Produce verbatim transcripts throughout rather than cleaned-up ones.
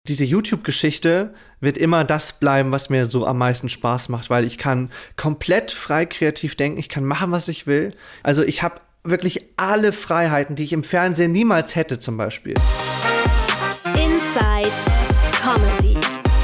diese YouTube-Geschichte wird immer das bleiben, was mir so am meisten Spaß macht, weil ich kann komplett frei kreativ denken, ich kann machen, was ich will. Also ich habe wirklich alle Freiheiten, die ich im Fernsehen niemals hätte, zum Beispiel. Inside Comedy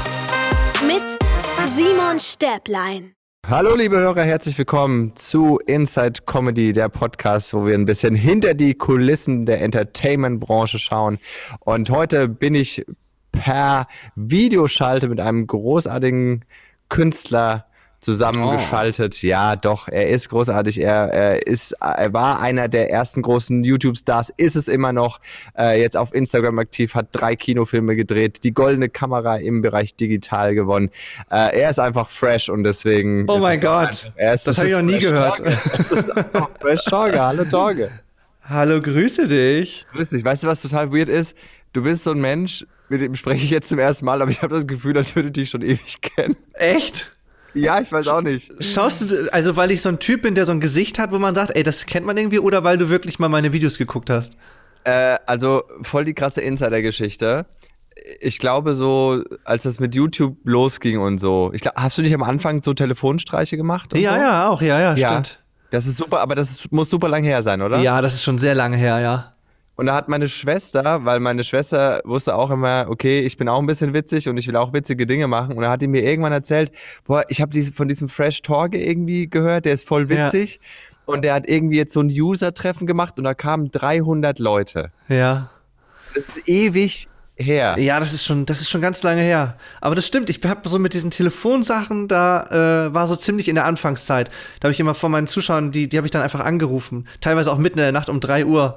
mit Simon Stäblein. Hallo liebe Hörer, herzlich willkommen zu Inside Comedy, der Podcast, wo wir ein bisschen hinter die Kulissen der Entertainment-Branche schauen. Und heute bin ich per Videoschalte mit einem großartigen Künstler zusammengeschaltet. Oh. Ja, doch, er ist großartig. Er, er ist, er war einer der ersten großen YouTube-Stars, ist es immer noch. Äh, jetzt auf Instagram aktiv, hat drei Kinofilme gedreht, die goldene Kamera im Bereich digital gewonnen. Äh, er ist einfach fresh und deswegen. Oh mein Gott, er ist, das, das habe ich noch nie gehört. Das ist einfach Fresh Torge. Hallo Torge. Hallo, grüße dich. Grüß dich. Weißt du, was total weird ist? Du bist so ein Mensch, mit dem spreche ich jetzt zum ersten Mal, aber ich habe das Gefühl, als würde ich dich schon ewig kennen. Echt? Ja, ich weiß auch nicht. Schaust du, also weil ich so ein Typ bin, der so ein Gesicht hat, wo man sagt, ey, das kennt man irgendwie, oder weil du wirklich mal meine Videos geguckt hast? Äh, also voll die krasse Insider-Geschichte. Ich glaube so, als das mit YouTube losging und so, ich glaub, hast du nicht am Anfang so Telefonstreiche gemacht? Und ja, so? ja, auch, ja, ja, ja, stimmt. Das ist super, aber das ist, muss super lang her sein, oder? Ja, das ist schon sehr lange her, ja. Und da hat meine Schwester, weil meine Schwester wusste auch immer, okay, ich bin auch ein bisschen witzig und ich will auch witzige Dinge machen. Und da hat die mir irgendwann erzählt, boah, ich habe von diesem Fresh Torge irgendwie gehört, der ist voll witzig. Ja. Und der hat irgendwie jetzt so ein User-Treffen gemacht und da kamen dreihundert Leute. Ja. Das ist ewig her. Ja, das ist schon, das ist schon ganz lange her. Aber das stimmt, ich habe so mit diesen Telefonsachen, da äh, war so ziemlich in der Anfangszeit. Da habe ich immer vor meinen Zuschauern, die, die habe ich dann einfach angerufen. Teilweise auch mitten in der Nacht um drei Uhr.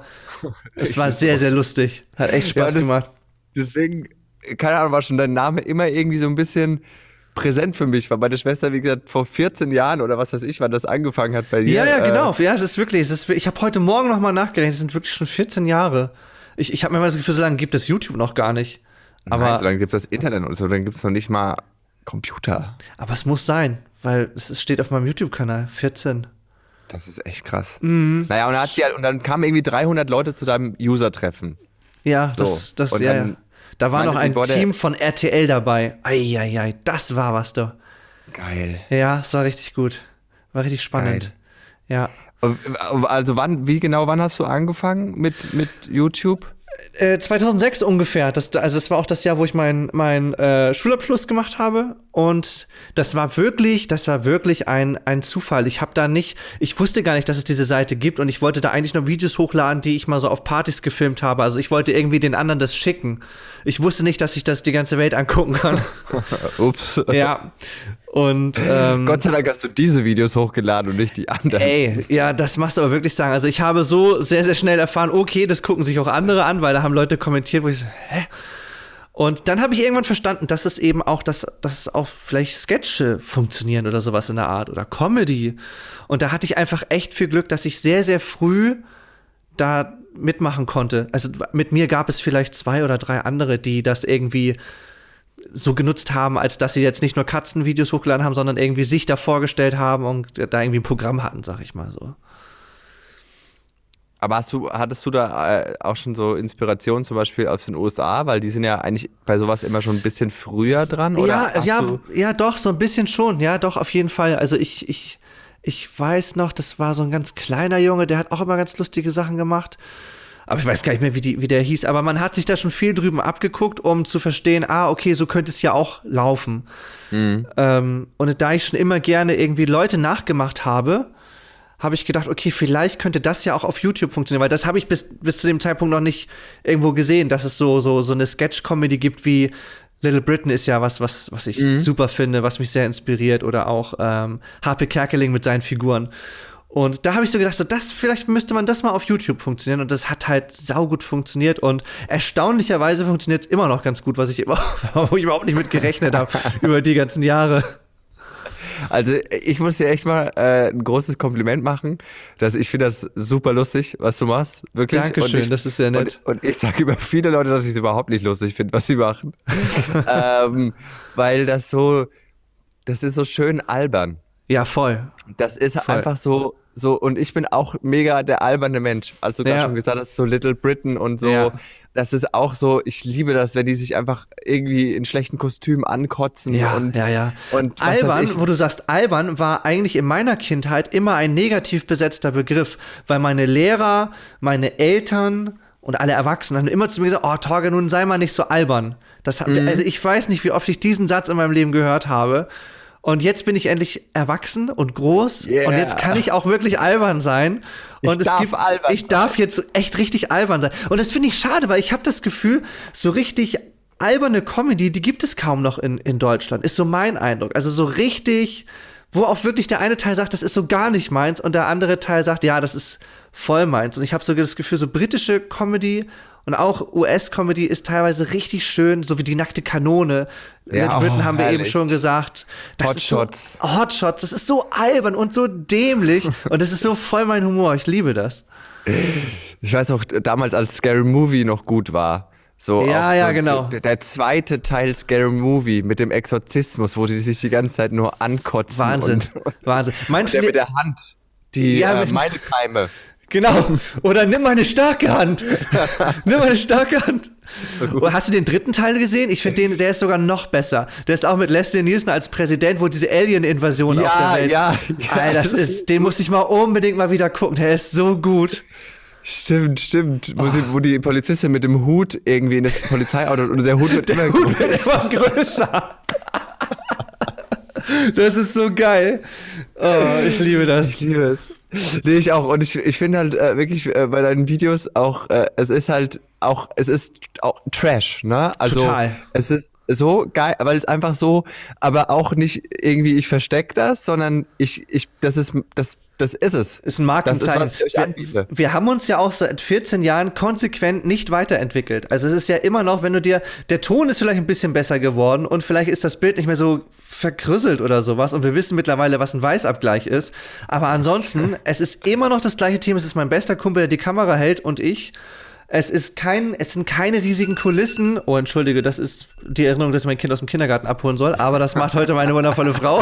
Es war sehr, sehr lustig. Hat echt Spaß ja, das, gemacht. Deswegen, keine Ahnung, war schon dein Name immer irgendwie so ein bisschen präsent für mich, weil meine Schwester, wie gesagt, vor vierzehn Jahren oder was weiß ich, wann das angefangen hat bei dir. Ja, ja, genau. Äh, ja, es ist wirklich, es ist, ich habe heute Morgen noch mal nachgerechnet, es sind wirklich schon vierzehn Jahre. Ich, ich habe mir mal das Gefühl, so lange gibt es YouTube noch gar nicht. Aber Nein, so lange gibt es das Internet und so, dann gibt es noch nicht mal Computer. Aber es muss sein, weil es steht auf meinem YouTube-Kanal, vierzehn. Das ist echt krass. Mhm. Naja, und dann, hat sie halt, und dann kamen irgendwie dreihundert Leute zu deinem User-Treffen. Ja, das, so. das, und ja, ja. Da war noch ein sie, Team von R T L dabei. Eieiei, das war was da. Geil. Ja, es war richtig gut. War richtig spannend. Geil. Ja. Also wann, wie genau, wann hast du angefangen mit, mit YouTube? Äh, zweitausendsechs ungefähr. Das, also das war auch das Jahr, wo ich meinen mein, äh, Schulabschluss gemacht habe. Und das war wirklich, das war wirklich ein, ein Zufall. Ich habe da nicht, ich wusste gar nicht, dass es diese Seite gibt. Und ich wollte da eigentlich nur Videos hochladen, die ich mal so auf Partys gefilmt habe. Also ich wollte irgendwie den anderen das schicken. Ich wusste nicht, dass ich das die ganze Welt angucken kann. Ups. Ja. Und ähm, Gott sei Dank hast du diese Videos hochgeladen und nicht die anderen. Ey, ja, das machst du aber wirklich sagen. Also ich habe so sehr, sehr schnell erfahren, okay, das gucken sich auch andere an, weil da haben Leute kommentiert, wo ich so, hä? Und dann habe ich irgendwann verstanden, dass es eben auch, dass, dass auch vielleicht Sketche funktionieren oder sowas in der Art oder Comedy. Und da hatte ich einfach echt viel Glück, dass ich sehr, sehr früh da mitmachen konnte. Also mit mir gab es vielleicht zwei oder drei andere, die das irgendwie so genutzt haben, als dass sie jetzt nicht nur Katzenvideos hochgeladen haben, sondern irgendwie sich da vorgestellt haben und da irgendwie ein Programm hatten, sag ich mal so. Aber hast du, hattest du da äh, auch schon so Inspiration zum Beispiel aus den U S A? Weil die sind ja eigentlich bei sowas immer schon ein bisschen früher dran, oder? Ja, ja, ja, doch, so ein bisschen schon. Ja, doch, auf jeden Fall. Also ich, ich, ich weiß noch, das war so ein ganz kleiner Junge, der hat auch immer ganz lustige Sachen gemacht. Aber ich weiß gar nicht mehr, wie, die, wie der hieß. Aber man hat sich da schon viel drüben abgeguckt, um zu verstehen, ah, okay, so könnte es ja auch laufen. Mhm. Ähm, und da ich schon immer gerne irgendwie Leute nachgemacht habe, habe ich gedacht, okay, vielleicht könnte das ja auch auf YouTube funktionieren. Weil das habe ich bis, bis zu dem Zeitpunkt noch nicht irgendwo gesehen, dass es so, so, so eine Sketch-Comedy gibt wie Little Britain ist ja was, was, was ich mhm. super finde, was mich sehr inspiriert. Oder auch ähm, Harpe Kerkeling mit seinen Figuren. Und da habe ich so gedacht, so, das, vielleicht müsste man das mal auf YouTube funktionieren. Und das hat halt saugut funktioniert. Und erstaunlicherweise funktioniert es immer noch ganz gut, was ich immer, wo ich überhaupt nicht mit gerechnet habe über die ganzen Jahre. Also ich muss dir echt mal äh, ein großes Kompliment machen. Dass ich finde das super lustig, was du machst. Wirklich. Dankeschön, ich, das ist sehr nett. Und, und ich sage über viele Leute, dass ich es überhaupt nicht lustig finde, was sie machen. ähm, weil das so, das ist so schön albern. Ja, voll. Das ist voll. einfach so, so, und ich bin auch mega der alberne Mensch. Als du gerade Ja. schon gesagt hast, so Little Britain und so. Ja. Das ist auch so, ich liebe das, wenn die sich einfach irgendwie in schlechten Kostümen ankotzen. Ja, und, ja, ja. Und was weiß albern, ich. wo du sagst, albern war eigentlich in meiner Kindheit immer ein negativ besetzter Begriff, weil meine Lehrer, meine Eltern und alle Erwachsenen haben immer zu mir gesagt, oh Torge, nun sei mal nicht so albern. Das, hat- Mhm. Also ich weiß nicht, wie oft ich diesen Satz in meinem Leben gehört habe. Und jetzt bin ich endlich erwachsen und groß Yeah. und jetzt kann ich auch wirklich albern sein. Ich Und es darf gibt, albern ich darf jetzt echt richtig albern sein. Und das finde ich schade, weil ich habe das Gefühl, so richtig alberne Comedy, die gibt es kaum noch in, in Deutschland, ist so mein Eindruck. Also so richtig, wo auch wirklich der eine Teil sagt, das ist so gar nicht meins und der andere Teil sagt, ja, das ist voll meins. Und ich habe so das Gefühl, so britische Comedy und auch U S-Comedy ist teilweise richtig schön, so wie die nackte Kanone. Ja, Little Britain oh, haben wir eben herrlich. schon gesagt. Das Hot ist so, Shots. Hot Shots, das ist so albern und so dämlich und das ist so voll mein Humor. Ich liebe das. Ich weiß noch, damals als Scary Movie noch gut war. So Ja, auch ja, so, genau. Der, der zweite Teil Scary Movie mit dem Exorzismus, wo die sich die ganze Zeit nur ankotzen. Wahnsinn. Und, Wahnsinn. Mein der mit der Hand. Die Ja, äh, mit- Meilenkeime. Genau. Oder nimm meine starke Hand. Nimm meine starke Hand. So gut. Oder hast du den dritten Teil gesehen? Ich finde den, der ist sogar noch besser. Der ist auch mit Leslie Nielsen als Präsident, wo diese Alien-Invasion auf der Ja, Welt. ja, ja. Alter, das ist, den muss ich mal unbedingt mal wieder gucken. Der ist so gut. Stimmt, stimmt. Wo, sie, wo die Polizistin mit dem Hut irgendwie in das Polizeiauto und der Hut wird immer Hut wird größer. immer größer. Das ist so geil. Oh, ich liebe das. Ich liebe es. Nee, ich auch. Und ich, ich finde halt äh, wirklich äh, bei deinen Videos auch, äh, es ist halt auch, es ist auch Trash, ne? Also Total. es ist so geil, weil es einfach so, aber auch nicht irgendwie, ich verstecke das, sondern ich, ich, das ist, das, das ist es. Ist ein Markenzeichen. Das ist, was ich euch wir, anbiete. wir haben uns ja auch seit vierzehn Jahren konsequent nicht weiterentwickelt. Also es ist ja immer noch, wenn du dir, der Ton ist vielleicht ein bisschen besser geworden und vielleicht ist das Bild nicht mehr so verkrüsselt oder sowas und wir wissen mittlerweile, was ein Weißabgleich ist. Aber ansonsten, es ist immer noch das gleiche Thema. Es ist mein bester Kumpel, der die Kamera hält und ich. Es ist kein, es sind keine riesigen Kulissen. Oh, entschuldige, das ist die Erinnerung, dass ich mein Kind aus dem Kindergarten abholen soll. Aber das macht heute meine wundervolle Frau.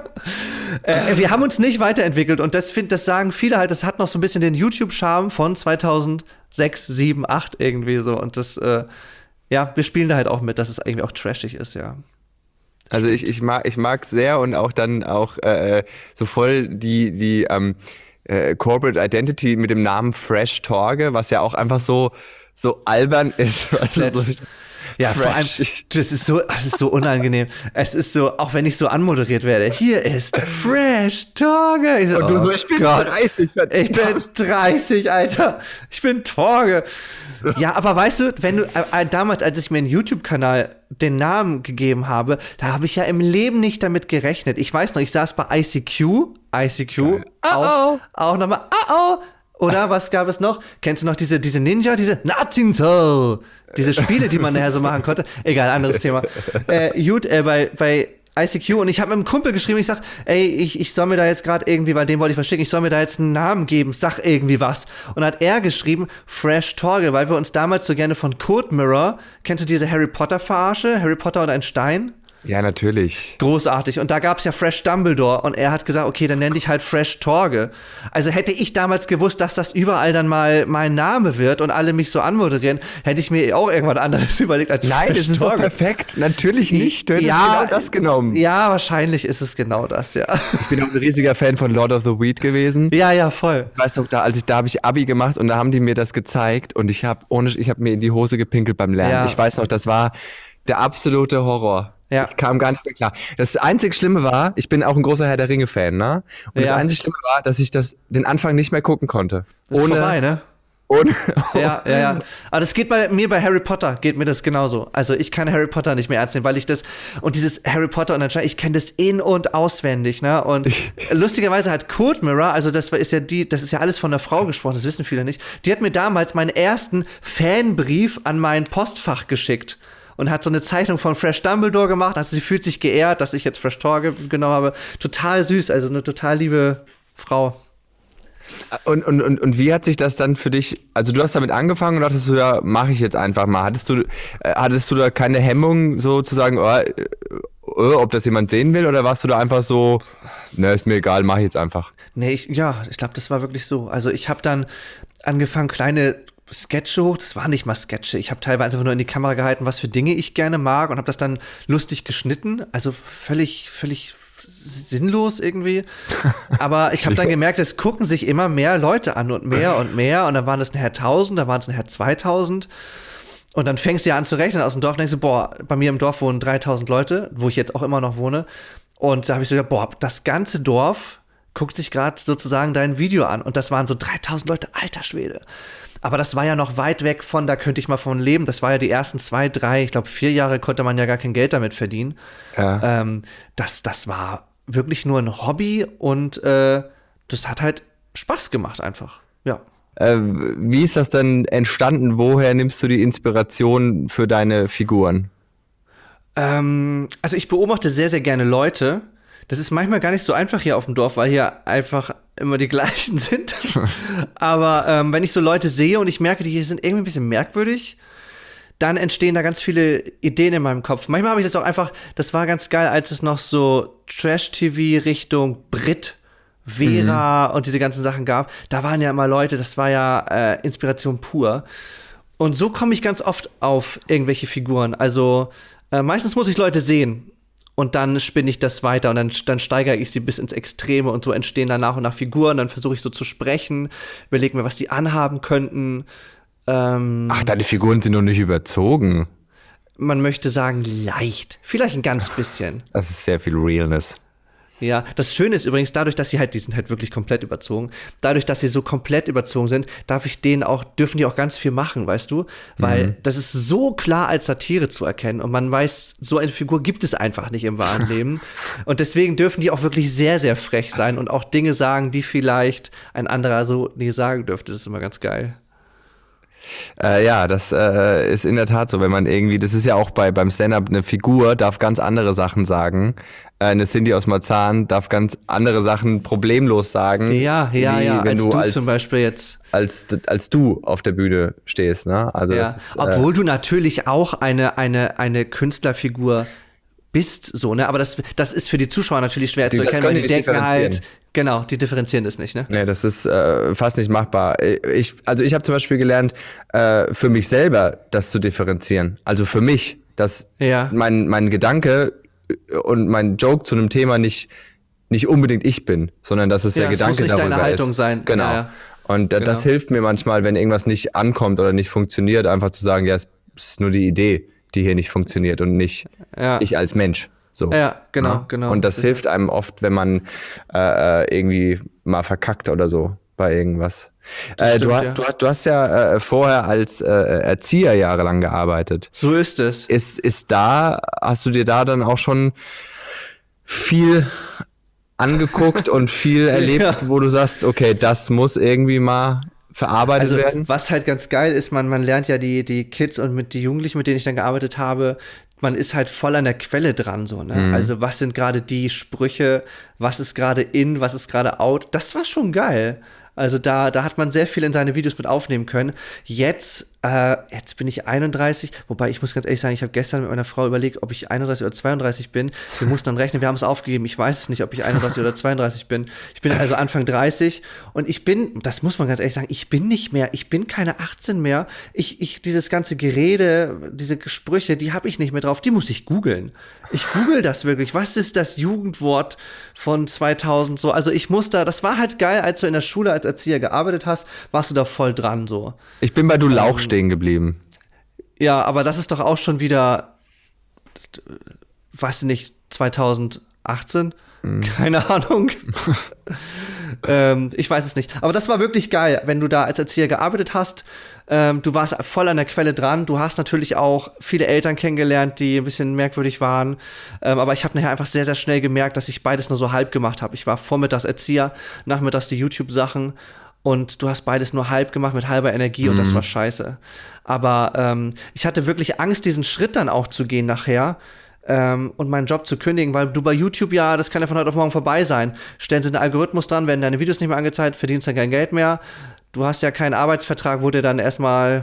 äh, wir haben uns nicht weiterentwickelt und das, find, das sagen viele halt, das hat noch so ein bisschen den YouTube-Charme von zweitausendsechs, sieben, acht irgendwie so. Und das, äh, ja, wir spielen da halt auch mit, dass es irgendwie auch trashig ist, ja. Also ich, ich mag ich mag sehr und auch dann auch äh, so voll die die ähm, äh, Corporate Identity mit dem Namen Fresh Torge, was ja auch einfach so so albern ist. Also Nett. so, Ja, vor allem, fresh. das ist so, das ist so unangenehm. Es ist so, auch wenn ich so anmoderiert werde, hier ist Fresh Torge. Ich so, Und du oh so, ich bin Gott. dreißig. Ich bin dreißig, Alter. Ich bin Torge. Ja, aber weißt du, wenn du, äh, damals, als ich mir einen YouTube-Kanal den Namen gegeben habe, da habe ich ja im Leben nicht damit gerechnet. Ich weiß noch, ich saß bei I C Q, I C Q, auch, Oh, auch nochmal, oh, oh. Oder was gab es noch? Kennst du noch diese, diese Ninja, diese Nazinzo? Diese Spiele, die man nachher so machen konnte. Egal, anderes Thema. Äh, gut, äh, bei, bei I C Q und ich habe mit einem Kumpel geschrieben, ich sag, ey, ich, ich soll mir da jetzt gerade irgendwie, weil den wollte ich verstecken, ich soll mir da jetzt einen Namen geben, sag irgendwie was. Und hat er geschrieben, Fresh Torge, weil wir uns damals so gerne von Code Mirror, kennst du diese Harry Potter Verarsche, Harry Potter und ein Stein? Ja, natürlich. Großartig. Und da gab es ja Fresh Dumbledore und er hat gesagt, okay, dann nenn dich halt Fresh Torge. Also hätte ich damals gewusst, dass das überall dann mal mein Name wird und alle mich so anmoderieren, hätte ich mir auch irgendwas anderes überlegt als Nein, Fresh das ist doch Torge. perfekt. Natürlich nicht. Du hättest Ja, genau das genommen. Ja, wahrscheinlich ist es genau das, ja. Ich bin auch ein riesiger Fan von Lord of the Weed gewesen. Ja, ja, voll. Weißt du, da, als ich, da habe ich Abi gemacht und da haben die mir das gezeigt und ich habe ohne, ich habe mir in die Hose gepinkelt beim Lernen. Ja. Ich weiß noch, das war der absolute Horror. Ja. Ich kam gar nicht mehr klar. Das einzig Schlimme war, ich bin auch ein großer Herr der Ringe-Fan, ne? Und Ja. das einzig Schlimme war, dass ich das, den Anfang nicht mehr gucken konnte. Das ist ohne, vorbei, ne? ohne, Ja, ja, ja. Aber das geht bei mir bei Harry Potter, geht mir das genauso. Also ich kann Harry Potter nicht mehr ernst nehmen, weil ich das, und dieses Harry Potter und anscheinend, ich kenne das in- und auswendig, ne? Und lustigerweise hat Code Mirror, also das ist ja die, das ist ja alles von einer Frau gesprochen, das wissen viele nicht, die hat mir damals meinen ersten Fanbrief an mein Postfach geschickt. Und hat so eine Zeichnung von Fresh Dumbledore gemacht. Also sie fühlt sich geehrt, dass ich jetzt Fresh Torge genommen habe. Total süß, also eine total liebe Frau. Und, und, und, und wie hat sich das dann für dich, also du hast damit angefangen und dachtest du, ja, mache ich jetzt einfach mal. Hattest du, äh, hattest du da keine Hemmung, so zu sagen, oh, äh, ob das jemand sehen will, oder warst du da einfach so, ne, ist mir egal, mach ich jetzt einfach? Nee, ich, ja, ich glaube, das war wirklich so. Also ich habe dann angefangen, kleine Sketche hoch, das waren nicht mal Sketche. Ich habe teilweise einfach nur in die Kamera gehalten, was für Dinge ich gerne mag und habe das dann lustig geschnitten. Also völlig, völlig sinnlos irgendwie. Aber ich habe dann gemerkt, es gucken sich immer mehr Leute an und mehr und mehr. Und dann waren es nachher tausend, dann waren es nachher zweitausend. Und dann fängst du ja an zu rechnen aus dem Dorf und denkst du, boah, bei mir im Dorf wohnen dreitausend Leute, wo ich jetzt auch immer noch wohne. Und da habe ich so gedacht, boah, das ganze Dorf guckt sich gerade sozusagen dein Video an. Und das waren so dreitausend Leute, alter Schwede. Aber das war ja noch weit weg von, da könnte ich mal von leben. Das war ja die ersten zwei, drei, ich glaube vier Jahre konnte man ja gar kein Geld damit verdienen. Ja. Ähm, das, das war wirklich nur ein Hobby und äh, das hat halt Spaß gemacht einfach, ja. Äh, wie ist das denn entstanden? Woher nimmst du die Inspiration für deine Figuren? Ähm, also ich beobachte sehr, sehr gerne Leute. Das ist manchmal gar nicht so einfach hier auf dem Dorf, weil hier einfach immer die gleichen sind. Aber ähm, wenn ich so Leute sehe und ich merke, die hier sind irgendwie ein bisschen merkwürdig, dann entstehen da ganz viele Ideen in meinem Kopf. Manchmal habe ich das auch einfach, das war ganz geil, als es noch so Trash-T V Richtung Brit, Vera mhm. und diese ganzen Sachen gab. Da waren ja immer Leute, das war ja äh, Inspiration pur. Und so komme ich ganz oft auf irgendwelche Figuren. Also äh, meistens muss ich Leute sehen. Und dann spinne ich das weiter und dann, dann steigere ich sie bis ins Extreme und so entstehen dann nach und nach Figuren. Dann versuche ich so zu sprechen, überlege mir, was die anhaben könnten. Ähm, Ach, deine Figuren sind noch nicht überzogen. Man möchte sagen, leicht. Vielleicht ein ganz bisschen. Das ist sehr viel Realness. Ja, das Schöne ist übrigens, dadurch, dass sie halt, die sind halt wirklich komplett überzogen, dadurch, dass sie so komplett überzogen sind, darf ich denen auch, dürfen die auch ganz viel machen, weißt du? Weil mhm. das ist so klar als Satire zu erkennen und man weiß, so eine Figur gibt es einfach nicht im wahren Leben. Und deswegen dürfen die auch wirklich sehr, sehr frech sein und auch Dinge sagen, die vielleicht ein anderer so nie sagen dürfte. Das ist immer ganz geil. Äh, ja, das äh, ist in der Tat so, wenn man irgendwie, das ist ja auch bei beim Stand-Up, eine Figur darf ganz andere Sachen sagen. Äh, eine Cindy aus Marzahn darf ganz andere Sachen problemlos sagen. Ja, ja, ja, wenn als du, du als, zum Beispiel jetzt. Als, als du auf der Bühne stehst, ne? Also ja. das ist, äh, Obwohl du natürlich auch eine, eine, eine Künstlerfigur bist, so, ne? Aber das, das ist für die Zuschauer natürlich schwer die, zu erkennen, weil die, die denken halt, genau, die differenzieren das nicht, ne? Nee, das ist äh, fast nicht machbar. Ich, also ich habe zum Beispiel gelernt, äh, für mich selber das zu differenzieren. Also für mich, dass ja. mein, mein Gedanke und mein Joke zu einem Thema nicht, nicht unbedingt ich bin, sondern dass es ja, der Gedanke darüber ist. Das muss nicht deine Haltung sein. Genau. Ja, ja. Und genau. das hilft mir manchmal, wenn irgendwas nicht ankommt oder nicht funktioniert, einfach zu sagen, ja, es ist nur die Idee, die hier nicht funktioniert und nicht ja. ich als Mensch. So. Ja, genau, ja? genau. Und das Sicher. hilft einem oft, wenn man äh, irgendwie mal verkackt oder so bei irgendwas. Äh, stimmt, du, ja. du, du hast ja äh, vorher als äh, Erzieher jahrelang gearbeitet. So ist es. Ist, ist da, hast du dir da dann auch schon viel angeguckt und viel erlebt, ja. wo du sagst, okay, das muss irgendwie mal verarbeitet also, werden? Was halt ganz geil ist, man, man lernt ja die, die Kids und mit die Jugendlichen, mit denen ich dann gearbeitet habe, man ist halt voll an der Quelle dran, so, ne? Mhm. Also, was sind gerade die Sprüche, was ist gerade in, was ist gerade out? Das war schon geil. Also da, da hat man sehr viel in seine Videos mit aufnehmen können. Jetzt, äh, jetzt bin ich einunddreißig, wobei ich muss ganz ehrlich sagen, ich habe gestern mit meiner Frau überlegt, ob ich einunddreißig oder zweiunddreißig bin. Wir mussten dann rechnen, wir haben es aufgegeben. Ich weiß es nicht, ob ich einunddreißig oder zweiunddreißig bin. Ich bin also Anfang dreißig und ich bin, das muss man ganz ehrlich sagen, ich bin nicht mehr, ich bin keine achtzehn mehr. Ich, ich, dieses ganze Gerede, diese Sprüche, die habe ich nicht mehr drauf, die muss ich googeln. Ich google das wirklich. Was ist das Jugendwort von zweitausend so? Also ich muss da, das war halt geil, als du in der Schule als Erzieher gearbeitet hast, warst du da voll dran so. Ich bin bei Du Lauch stehen geblieben. Ja, aber das ist doch auch schon wieder, weiß nicht, zweitausendachtzehn? Mm. Keine Ahnung. ähm, ich weiß es nicht. Aber das war wirklich geil, wenn du da als Erzieher gearbeitet hast. Ähm, du warst voll an der Quelle dran. Du hast natürlich auch viele Eltern kennengelernt, die ein bisschen merkwürdig waren. Ähm, aber ich habe nachher einfach sehr, sehr schnell gemerkt, dass ich beides nur so halb gemacht habe. Ich war vormittags Erzieher, nachmittags die YouTube-Sachen. Und du hast beides nur halb gemacht mit halber Energie mhm. und das war scheiße. Aber ähm, ich hatte wirklich Angst, diesen Schritt dann auch zu gehen nachher ähm, und meinen Job zu kündigen, weil du bei YouTube ja, das kann ja von heute auf morgen vorbei sein. Stellen sie einen Algorithmus dran, werden deine Videos nicht mehr angezeigt, verdienst dann kein Geld mehr. Du hast ja keinen Arbeitsvertrag, wo dir dann erstmal,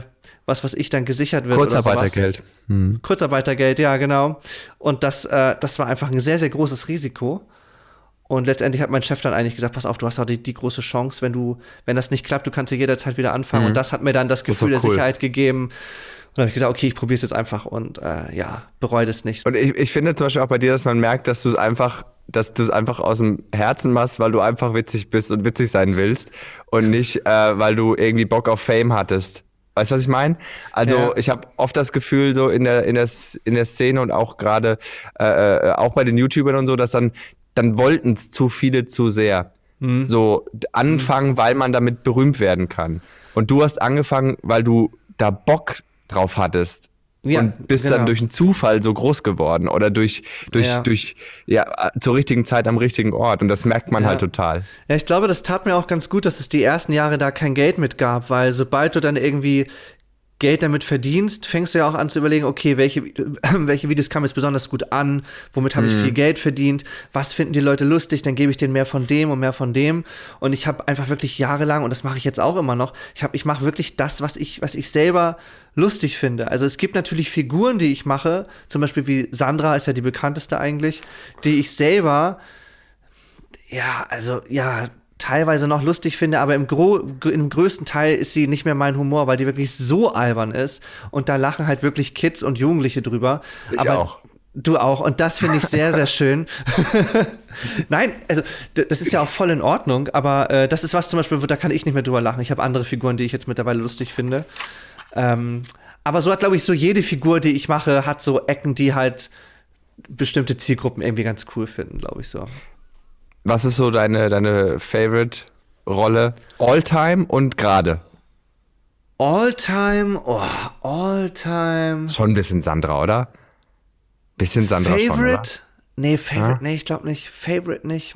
was, was ich dann gesichert wird. Kurzarbeitergeld. Oder hm. Kurzarbeitergeld, ja, genau. Und das, äh, das war einfach ein sehr, sehr großes Risiko. Und letztendlich hat mein Chef dann eigentlich gesagt, pass auf, du hast auch die, die große Chance, wenn du, wenn das nicht klappt, du kannst dir jederzeit wieder anfangen. Mhm. Und das hat mir dann das Gefühl das cool. der Sicherheit gegeben. Und dann habe ich gesagt, okay, ich probiere es jetzt einfach und äh, ja, bereue das nicht. Und ich, ich finde zum Beispiel auch bei dir, dass man merkt, dass du es einfach, dass du es einfach aus dem Herzen machst, weil du einfach witzig bist und witzig sein willst und nicht, äh, weil du irgendwie Bock auf Fame hattest. Weißt du, was ich meine? Also ja. ich habe oft das Gefühl, so in der, in der, in der Szene und auch gerade äh, auch bei den YouTubern und so, dass dann dann wollten es zu viele zu sehr. Mhm. So anfangen, mhm. weil man damit berühmt werden kann. Und du hast angefangen, weil du da Bock drauf hattest. Ja, und bist genau. dann durch einen Zufall so groß geworden oder durch, durch, ja. durch, ja, zur richtigen Zeit am richtigen Ort. Und das merkt man ja. halt total. Ja, ich glaube, das tat mir auch ganz gut, dass es die ersten Jahre da kein Geld mit gab, weil sobald du dann irgendwie Geld damit verdienst, fängst du ja auch an zu überlegen, okay, welche, welche Videos kamen jetzt besonders gut an, womit habe ich mhm. viel Geld verdient, was finden die Leute lustig, dann gebe ich denen mehr von dem und mehr von dem und ich habe einfach wirklich jahrelang, und das mache ich jetzt auch immer noch, ich habe, ich mache wirklich das, was ich, was ich selber lustig finde. Also es gibt natürlich Figuren, die ich mache, zum Beispiel wie Sandra ist ja die bekannteste eigentlich, die ich selber, ja, also, ja, teilweise noch lustig finde, aber im, Gro- im größten Teil ist sie nicht mehr mein Humor, weil die wirklich so albern ist und da lachen halt wirklich Kids und Jugendliche drüber. Ich aber auch. Du auch und das finde ich sehr, sehr schön. Nein, also d- das ist ja auch voll in Ordnung, aber äh, das ist was zum Beispiel, da kann ich nicht mehr drüber lachen. Ich habe andere Figuren, die ich jetzt mittlerweile lustig finde. Ähm, aber so hat, glaube ich, so jede Figur, die ich mache, hat so Ecken, die halt bestimmte Zielgruppen irgendwie ganz cool finden, glaube ich so. Was ist so deine, deine Favorite-Rolle? All-Time und gerade? All-Time? Oh, All-Time. Schon ein bisschen Sandra, oder? Bisschen Sandra Favorite? schon, oder? Nee, Favorite, ja? nee, ich glaube nicht. Favorite nicht.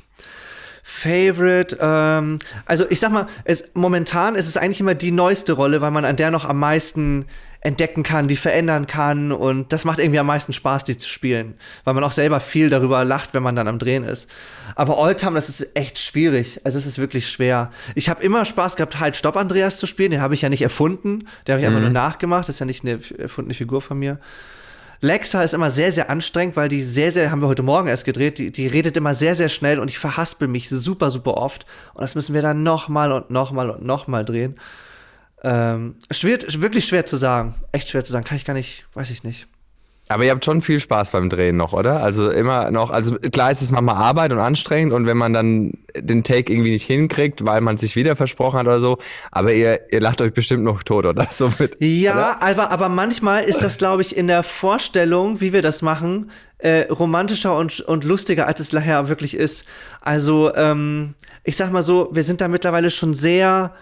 Favorite, ähm, also ich sag mal, es, momentan ist es eigentlich immer die neueste Rolle, weil man an der noch am meisten entdecken kann, die verändern kann und das macht irgendwie am meisten Spaß, die zu spielen, weil man auch selber viel darüber lacht, wenn man dann am Drehen ist. Aber Alltime, das ist echt schwierig, also es ist wirklich schwer. Ich habe immer Spaß gehabt, halt Stopp Andreas zu spielen, den habe ich ja nicht erfunden, den habe ich mhm. einfach nur nachgemacht, das ist ja nicht eine erfundene Figur von mir. Lexa ist immer sehr, sehr anstrengend, weil die sehr, sehr, haben wir heute Morgen erst gedreht, die, die redet immer sehr, sehr schnell und ich verhaspel mich super, super oft. Und das müssen wir dann nochmal und nochmal und nochmal drehen. Ähm, schwer, wirklich schwer zu sagen. Echt schwer zu sagen. Kann ich gar nicht, weiß ich nicht. Aber ihr habt schon viel Spaß beim Drehen noch, oder? Also immer noch, also klar ist es manchmal Arbeit und anstrengend und wenn man dann den Take irgendwie nicht hinkriegt, weil man sich wieder versprochen hat oder so, aber ihr, ihr lacht euch bestimmt noch tot, oder? So mit, ja, oder? Aber, aber manchmal ist das, glaube ich, in der Vorstellung, wie wir das machen, äh, romantischer und, und lustiger, als es nachher wirklich ist. Also, ähm, ich sag mal so, wir sind da mittlerweile schon sehr...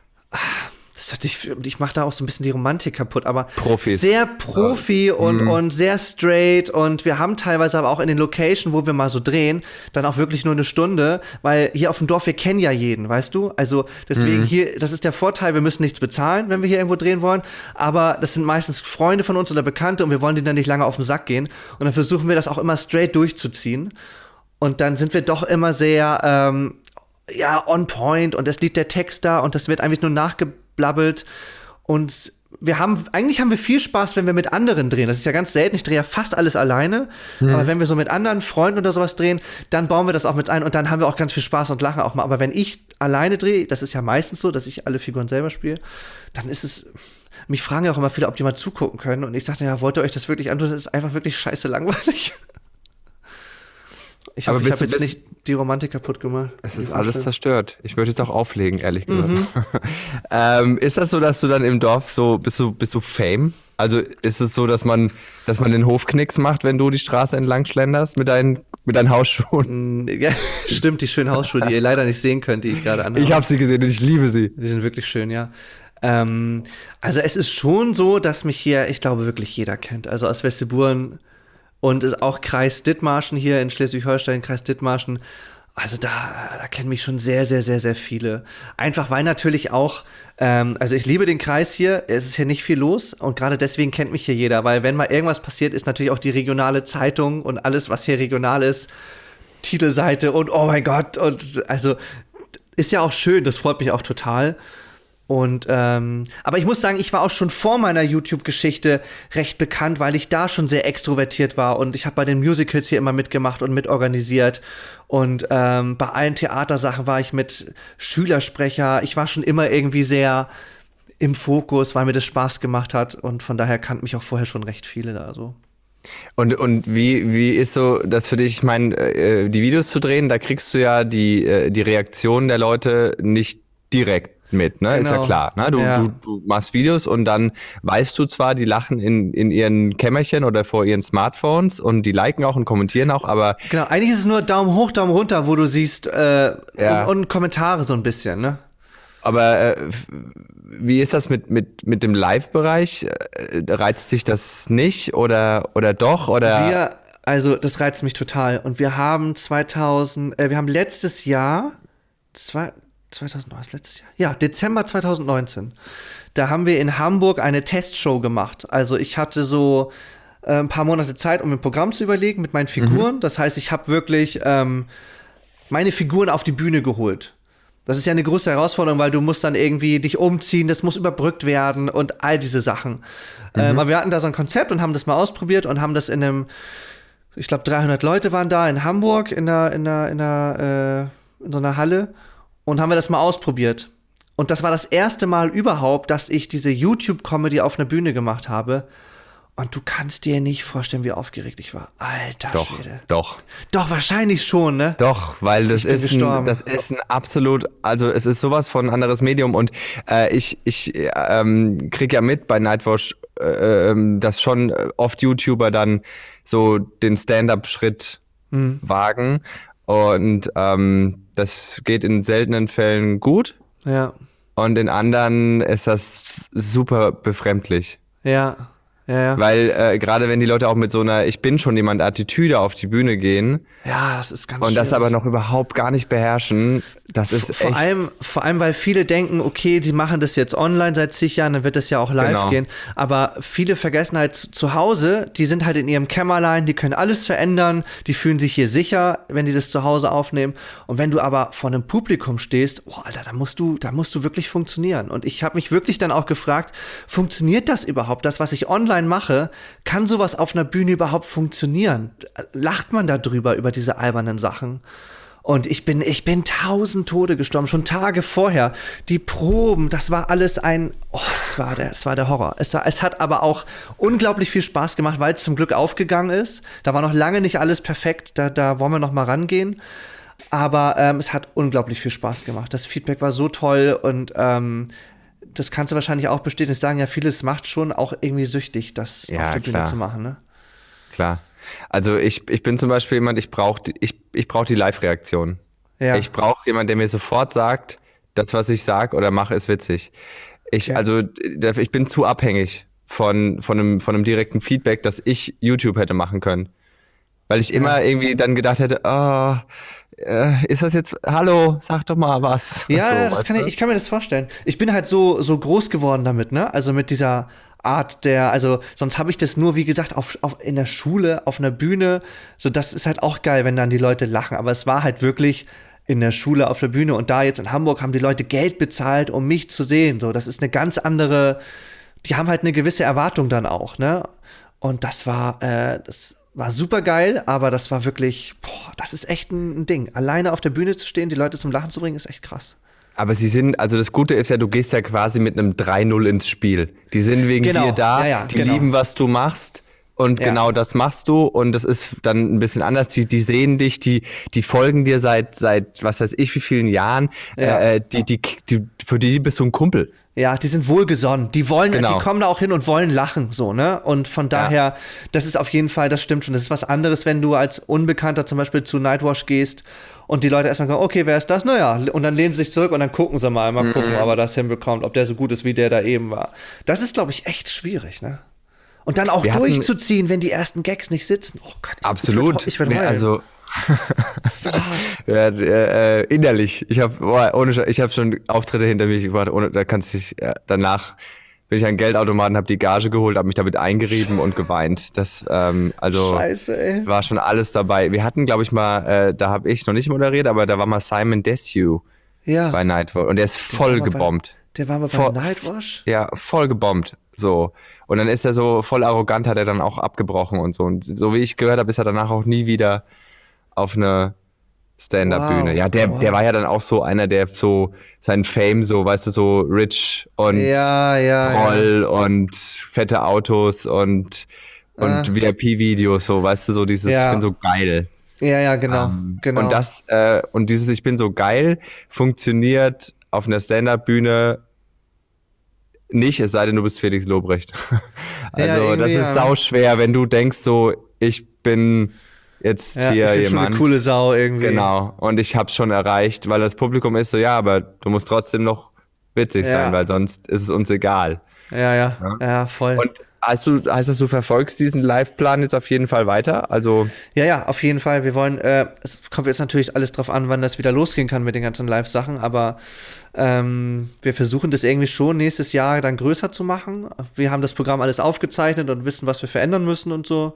Das hört sich, ich mache da auch so ein bisschen die Romantik kaputt, aber Profis. Sehr Profi ja. und, mhm. und sehr straight und wir haben teilweise aber auch in den Locations, wo wir mal so drehen, dann auch wirklich nur eine Stunde, weil hier auf dem Dorf, wir kennen ja jeden, weißt du? Also deswegen mhm. hier, das ist der Vorteil, wir müssen nichts bezahlen, wenn wir hier irgendwo drehen wollen, aber das sind meistens Freunde von uns oder Bekannte und wir wollen denen dann nicht lange auf den Sack gehen und dann versuchen wir das auch immer straight durchzuziehen und dann sind wir doch immer sehr, ähm, ja, on point und es liegt der Text da und das wird eigentlich nur nachgeblabbelt und wir haben, eigentlich haben wir viel Spaß, wenn wir mit anderen drehen. Das ist ja ganz selten, ich drehe ja fast alles alleine, mhm. aber wenn wir so mit anderen Freunden oder sowas drehen, dann bauen wir das auch mit ein und dann haben wir auch ganz viel Spaß und lachen auch mal. Aber wenn ich alleine drehe, das ist ja meistens so, dass ich alle Figuren selber spiele, dann ist es, mich fragen ja auch immer viele, ob die mal zugucken können und ich sage, ja, wollt ihr euch das wirklich antun? Das ist einfach wirklich scheiße langweilig. Ich hoffe, ich habe jetzt nicht die Romantik kaputt gemacht. Es ist alles zerstört. Ich würde jetzt auch auflegen, ehrlich gesagt. Mhm. ähm, ist das so, dass du dann im Dorf so, bist du, bist du Fame? Also ist es so, dass man, dass man den Hofknicks macht, wenn du die Straße entlang schlenderst mit deinen, mit deinen Hausschuhen? Ja, stimmt, die schönen Hausschuhe, die ihr leider nicht sehen könnt, die ich gerade anhabe. Ich habe sie gesehen und ich liebe sie. Die sind wirklich schön, ja. Ähm, also es ist schon so, dass mich hier, ich glaube, wirklich jeder kennt. Also aus Westeburen und ist auch Kreis Dithmarschen hier in Schleswig-Holstein, Kreis Dithmarschen. Also da, da kennen mich schon sehr, sehr, sehr, sehr viele. Einfach weil natürlich auch, ähm, also ich liebe den Kreis hier, es ist hier nicht viel los und gerade deswegen kennt mich hier jeder, weil wenn mal irgendwas passiert, ist natürlich auch die regionale Zeitung und alles, was hier regional ist, Titelseite und oh mein Gott und also ist ja auch schön, das freut mich auch total. Und, ähm, aber ich muss sagen, ich war auch schon vor meiner YouTube-Geschichte recht bekannt, weil ich da schon sehr extrovertiert war und ich habe bei den Musicals hier immer mitgemacht und mitorganisiert und ähm, bei allen Theatersachen war ich mit Schülersprecher. Ich war schon immer irgendwie sehr im Fokus, weil mir das Spaß gemacht hat und von daher kannten mich auch vorher schon recht viele da so. Und, und wie, wie ist so das für dich? Ich meine, äh, die Videos zu drehen, da kriegst du ja die, äh, die Reaktionen der Leute nicht direkt mit, ne? Genau. Ist ja klar. Ne? Du, ja. Du, du machst Videos und dann weißt du zwar, die lachen in, in ihren Kämmerchen oder vor ihren Smartphones und die liken auch und kommentieren auch, aber. Genau, eigentlich ist es nur Daumen hoch, Daumen runter, wo du siehst, äh, ja. und, und Kommentare so ein bisschen, ne? Aber äh, wie ist das mit, mit, mit dem Live-Bereich? Reizt dich das nicht oder, oder doch? Oder? Wir, also das reizt mich total. Und wir haben zweitausend, äh, wir haben letztes Jahr, zwei, zweitausend, was letztes Jahr? Ja, Dezember zwanzig neunzehn. Da haben wir in Hamburg eine Testshow gemacht. Also ich hatte so äh, ein paar Monate Zeit, um ein Programm zu überlegen mit meinen Figuren. Mhm. Das heißt, ich habe wirklich ähm, meine Figuren auf die Bühne geholt. Das ist ja eine große Herausforderung, weil du musst dann irgendwie dich umziehen, das muss überbrückt werden und all diese Sachen. Mhm. Ähm, aber wir hatten da so ein Konzept und haben das mal ausprobiert und haben das in einem, ich glaube dreihundert Leute waren da in Hamburg in einer, in einer, in einer, äh, in so einer Halle und haben wir das mal ausprobiert. Und das war das erste Mal überhaupt, dass ich diese YouTube-Comedy auf einer Bühne gemacht habe. Und du kannst dir nicht vorstellen, wie aufgeregt ich war. Alter doch, Schwede. Doch, Doch, wahrscheinlich schon, ne? Doch, weil das ist, ein, das ist ein absolut, also es ist sowas von ein anderes Medium. Und äh, ich, ich ähm, krieg ja mit bei Nightwatch, äh, dass schon oft YouTuber dann so den Stand-up-Schritt mhm. wagen. Und ähm, das geht in seltenen Fällen gut. Ja. Und in anderen ist das super befremdlich. Ja. Ja, ja. Weil äh, gerade wenn die Leute auch mit so einer Ich bin schon jemand Attitüde auf die Bühne gehen ja, das ist ganz und schwierig. Das aber noch überhaupt gar nicht beherrschen, das ist vor echt... Allem, vor allem, weil viele denken, okay, die machen das jetzt online seit zig Jahren, dann wird das ja auch live genau. gehen. Aber viele vergessen halt zu Hause, die sind halt in ihrem Kämmerlein, die können alles verändern, die fühlen sich hier sicher, wenn die das zu Hause aufnehmen. Und wenn du aber vor einem Publikum stehst, oh, Alter, da musst du, da musst du wirklich funktionieren. Und ich habe mich wirklich dann auch gefragt, funktioniert das überhaupt? Das, was ich online mache, kann sowas auf einer Bühne überhaupt funktionieren? Lacht man da drüber, über diese albernen Sachen? Und ich bin, ich bin tausend Tode gestorben, schon Tage vorher. Die Proben, das war alles ein, oh, das war der, das war der Horror. Es, war, es hat aber auch unglaublich viel Spaß gemacht, weil es zum Glück aufgegangen ist. Da war noch lange nicht alles perfekt, da, da wollen wir noch mal rangehen. Aber ähm, es hat unglaublich viel Spaß gemacht. Das Feedback war so toll und ähm, das kannst du wahrscheinlich auch bestätigen. Es sagen ja viele, es macht schon auch irgendwie süchtig, das ja, auf der Bühne klar. zu machen, ne? Klar. Also ich, ich bin zum Beispiel jemand, ich brauche ich, ich brauch die Live-Reaktion. Ja. Ich brauche jemanden, der mir sofort sagt, das, was ich sage oder mache, ist witzig. Ich, ja. Also ich bin zu abhängig von, von, einem, von einem direkten Feedback, dass ich YouTube hätte machen können. Weil ich immer ja. irgendwie dann gedacht hätte, oh, äh, ist das jetzt, hallo, sag doch mal was. Ja, so, das kann ich, ich kann mir das vorstellen. Ich bin halt so, so groß geworden damit, ne? Also mit dieser Art der, also sonst habe ich das nur, wie gesagt, auf, auf, in der Schule, auf einer Bühne. So, das ist halt auch geil, wenn dann die Leute lachen. Aber es war halt wirklich in der Schule, auf der Bühne. Und da jetzt in Hamburg haben die Leute Geld bezahlt, um mich zu sehen. So, das ist eine ganz andere, die haben halt eine gewisse Erwartung dann auch, ne? Und das war, äh, das war super geil, aber das war wirklich, boah, das ist echt ein, ein Ding. Alleine auf der Bühne zu stehen, die Leute zum Lachen zu bringen, ist echt krass. Aber sie sind, also das Gute ist ja, du gehst ja quasi mit einem drei null ins Spiel. Die sind wegen genau. dir da, ja, ja, die genau. lieben, was du machst. Und ja. genau das machst du. Und das ist dann ein bisschen anders. Die, die sehen dich, die, die folgen dir seit, seit, was weiß ich, wie vielen Jahren. Ja. Äh, die, die, die, für die bist du ein Kumpel. Ja, die sind wohlgesonnen. Die wollen, genau. die kommen da auch hin und wollen lachen, so, ne? Und von daher, ja. das ist auf jeden Fall, das stimmt schon. Das ist was anderes, wenn du als Unbekannter zum Beispiel zu Nightwatch gehst und die Leute erstmal sagen, okay, wer ist das? Naja, und dann lehnen sie sich zurück und dann gucken sie mal, mal mhm. gucken, ob er das hinbekommt, ob der so gut ist, wie der da eben war. Das ist, glaube ich, echt schwierig, ne? Und dann auch Wir durchzuziehen, wenn die ersten Gags nicht sitzen. Oh Gott. Ich, absolut. Ich würde also ja, äh, innerlich. Ich habe ohne, ich habe schon Auftritte hinter mich gebracht. Ohne, da kannst du dich ja, danach bin ich an den Geldautomaten, habe die Gage geholt, habe mich damit eingerieben und geweint. Das ähm, also Scheiße, ey. War schon alles dabei. Wir hatten, glaube ich mal, äh, da habe ich noch nicht moderiert, aber da war mal Simon Desue ja. bei Nightwatch und der ist voll gebombt. Der war mal bei Voll- Nightwash? Ja, voll gebombt. So. Und dann ist er so voll arrogant, hat er dann auch abgebrochen und so. Und so wie ich gehört habe, ist er danach auch nie wieder auf eine Stand-Up-Bühne. Wow. Ja, der, Wow. der war ja dann auch so einer, der so seinen Fame so, weißt du, so rich und Ja, ja, Proll und fette Autos und, und Ah. V I P-Videos, so, weißt du, so dieses, Ja. ich bin so geil. Ja, ja, genau. Ähm, genau. Und das, äh, und dieses Ich bin so geil funktioniert auf einer Stand-Up-Bühne nicht, es sei denn, du bist Felix Lobrecht. Ja, Also das irgendwie, ist ja. sauschwer, wenn du denkst so, ich bin jetzt ja, hier ich bin schon jemand. eine coole Sau irgendwie. Genau, und ich hab's schon erreicht, weil das Publikum ist so, ja, aber du musst trotzdem noch witzig Ja. sein, weil sonst ist es uns egal. Ja, ja, ja, voll. Und heißt, du, heißt das, du verfolgst diesen Live-Plan jetzt auf jeden Fall weiter? Also Ja, ja, auf jeden Fall. Wir wollen, äh, es kommt jetzt natürlich alles drauf an, wann das wieder losgehen kann mit den ganzen Live-Sachen, aber ähm, wir versuchen das irgendwie schon nächstes Jahr dann größer zu machen. Wir haben das Programm alles aufgezeichnet und wissen, was wir verändern müssen und so.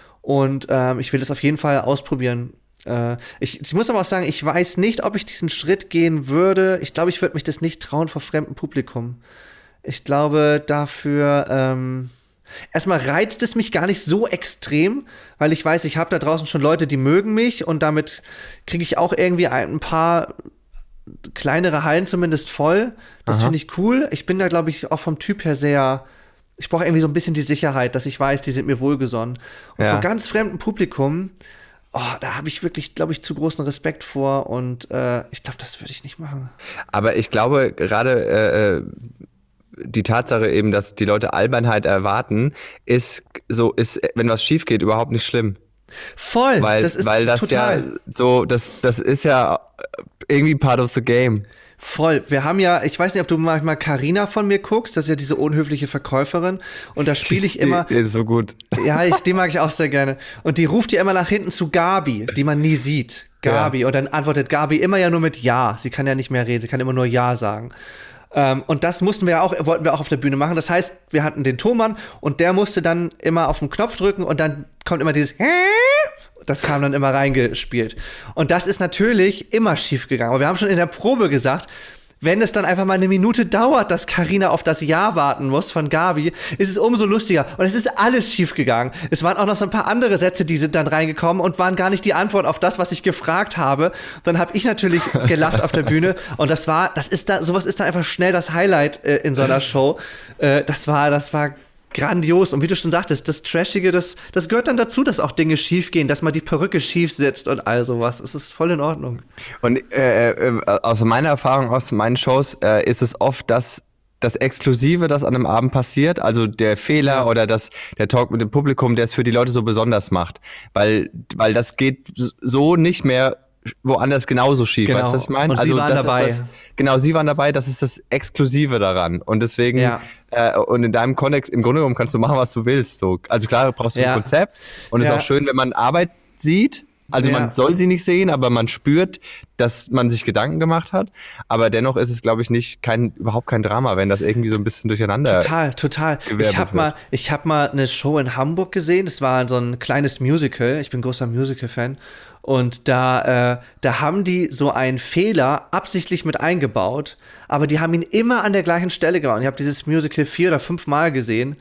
Und ähm, ich will das auf jeden Fall ausprobieren. Äh, ich, ich muss aber auch sagen, ich weiß nicht, ob ich diesen Schritt gehen würde. Ich glaube, ich würde mich das nicht trauen vor fremdem Publikum. Ich glaube, dafür ähm, erstmal reizt es mich gar nicht so extrem, weil ich weiß, ich habe da draußen schon Leute, die mögen mich und damit kriege ich auch irgendwie ein paar kleinere Hallen zumindest voll. Das Aha. finde ich cool. Ich bin da, glaube ich, auch vom Typ her sehr, ich brauche irgendwie so ein bisschen die Sicherheit, dass ich weiß, die sind mir wohlgesonnen. Und Ja. vor ganz fremdem Publikum, oh, da habe ich wirklich, glaube ich, zu großen Respekt vor und äh, ich glaube, das würde ich nicht machen. Aber ich glaube, gerade äh, die Tatsache eben, dass die Leute Albernheit erwarten, ist so, ist, wenn was schief geht, überhaupt nicht schlimm. Voll, Weil das ist weil das total. ja so, das, das ist ja irgendwie part of the game. Voll. Wir haben ja, ich weiß nicht, ob du manchmal Carina von mir guckst, das ist ja diese unhöfliche Verkäuferin. Und da spiele ich immer, Die ist so gut. ja, ich, die mag ich auch sehr gerne. Und die ruft ja immer nach hinten zu Gabi, die man nie sieht. Gabi. Ja. Und dann antwortet Gabi immer ja nur mit Ja. Sie kann ja nicht mehr reden, sie kann immer nur Ja sagen. Ähm, und das mussten wir ja auch, wollten wir auch auf der Bühne machen. Das heißt, wir hatten den Thomann und der musste dann immer auf den Knopf drücken und dann kommt immer dieses das kam dann immer reingespielt. Und das ist natürlich immer schief gegangen. Aber wir haben schon in der Probe gesagt, wenn es dann einfach mal eine Minute dauert, dass Carina auf das Ja warten muss von Gabi, ist es umso lustiger. Und es ist alles schief gegangen. Es waren auch noch so ein paar andere Sätze, die sind dann reingekommen und waren gar nicht die Antwort auf das, was ich gefragt habe. Dann habe ich natürlich gelacht auf der Bühne. Und das war, das ist da, sowas ist dann einfach schnell das Highlight äh, in so einer Show. Äh, das war, das war grandios. Und wie du schon sagtest, das Trashige, das, das gehört dann dazu, dass auch Dinge schief gehen, dass mal die Perücke schief sitzt und all sowas. Es ist voll in Ordnung. Und äh, äh, aus meiner Erfahrung, aus meinen Shows, äh, ist es oft das, das Exklusive, das an einem Abend passiert, also der Fehler Ja. oder das, der Talk mit dem Publikum, der es für die Leute so besonders macht. Weil, weil das geht so nicht mehr woanders genauso schief, Genau. weißt du, was ich meine? Und sie waren das dabei. Ist das, genau, sie waren dabei, das ist das Exklusive daran. Und deswegen, Ja. äh, und in deinem Kontext, im Grunde genommen kannst du machen, was du willst. So. Also klar, du brauchst du Ja. ein Konzept und es Ja. ist auch schön, wenn man Arbeit sieht. Also Ja. man soll sie nicht sehen, aber man spürt, dass man sich Gedanken gemacht hat. Aber dennoch ist es, glaube ich, nicht kein überhaupt kein Drama, wenn das irgendwie so ein bisschen durcheinander. Total, total. gewirbelt Ich habe wird. mal, ich hab mal eine Show in Hamburg gesehen. Das war so ein kleines Musical. Ich bin großer Musical-Fan. Und da, äh, da haben die so einen Fehler absichtlich mit eingebaut. Aber die haben ihn immer an der gleichen Stelle gemacht. Und ich habe dieses Musical vier oder fünf Mal gesehen.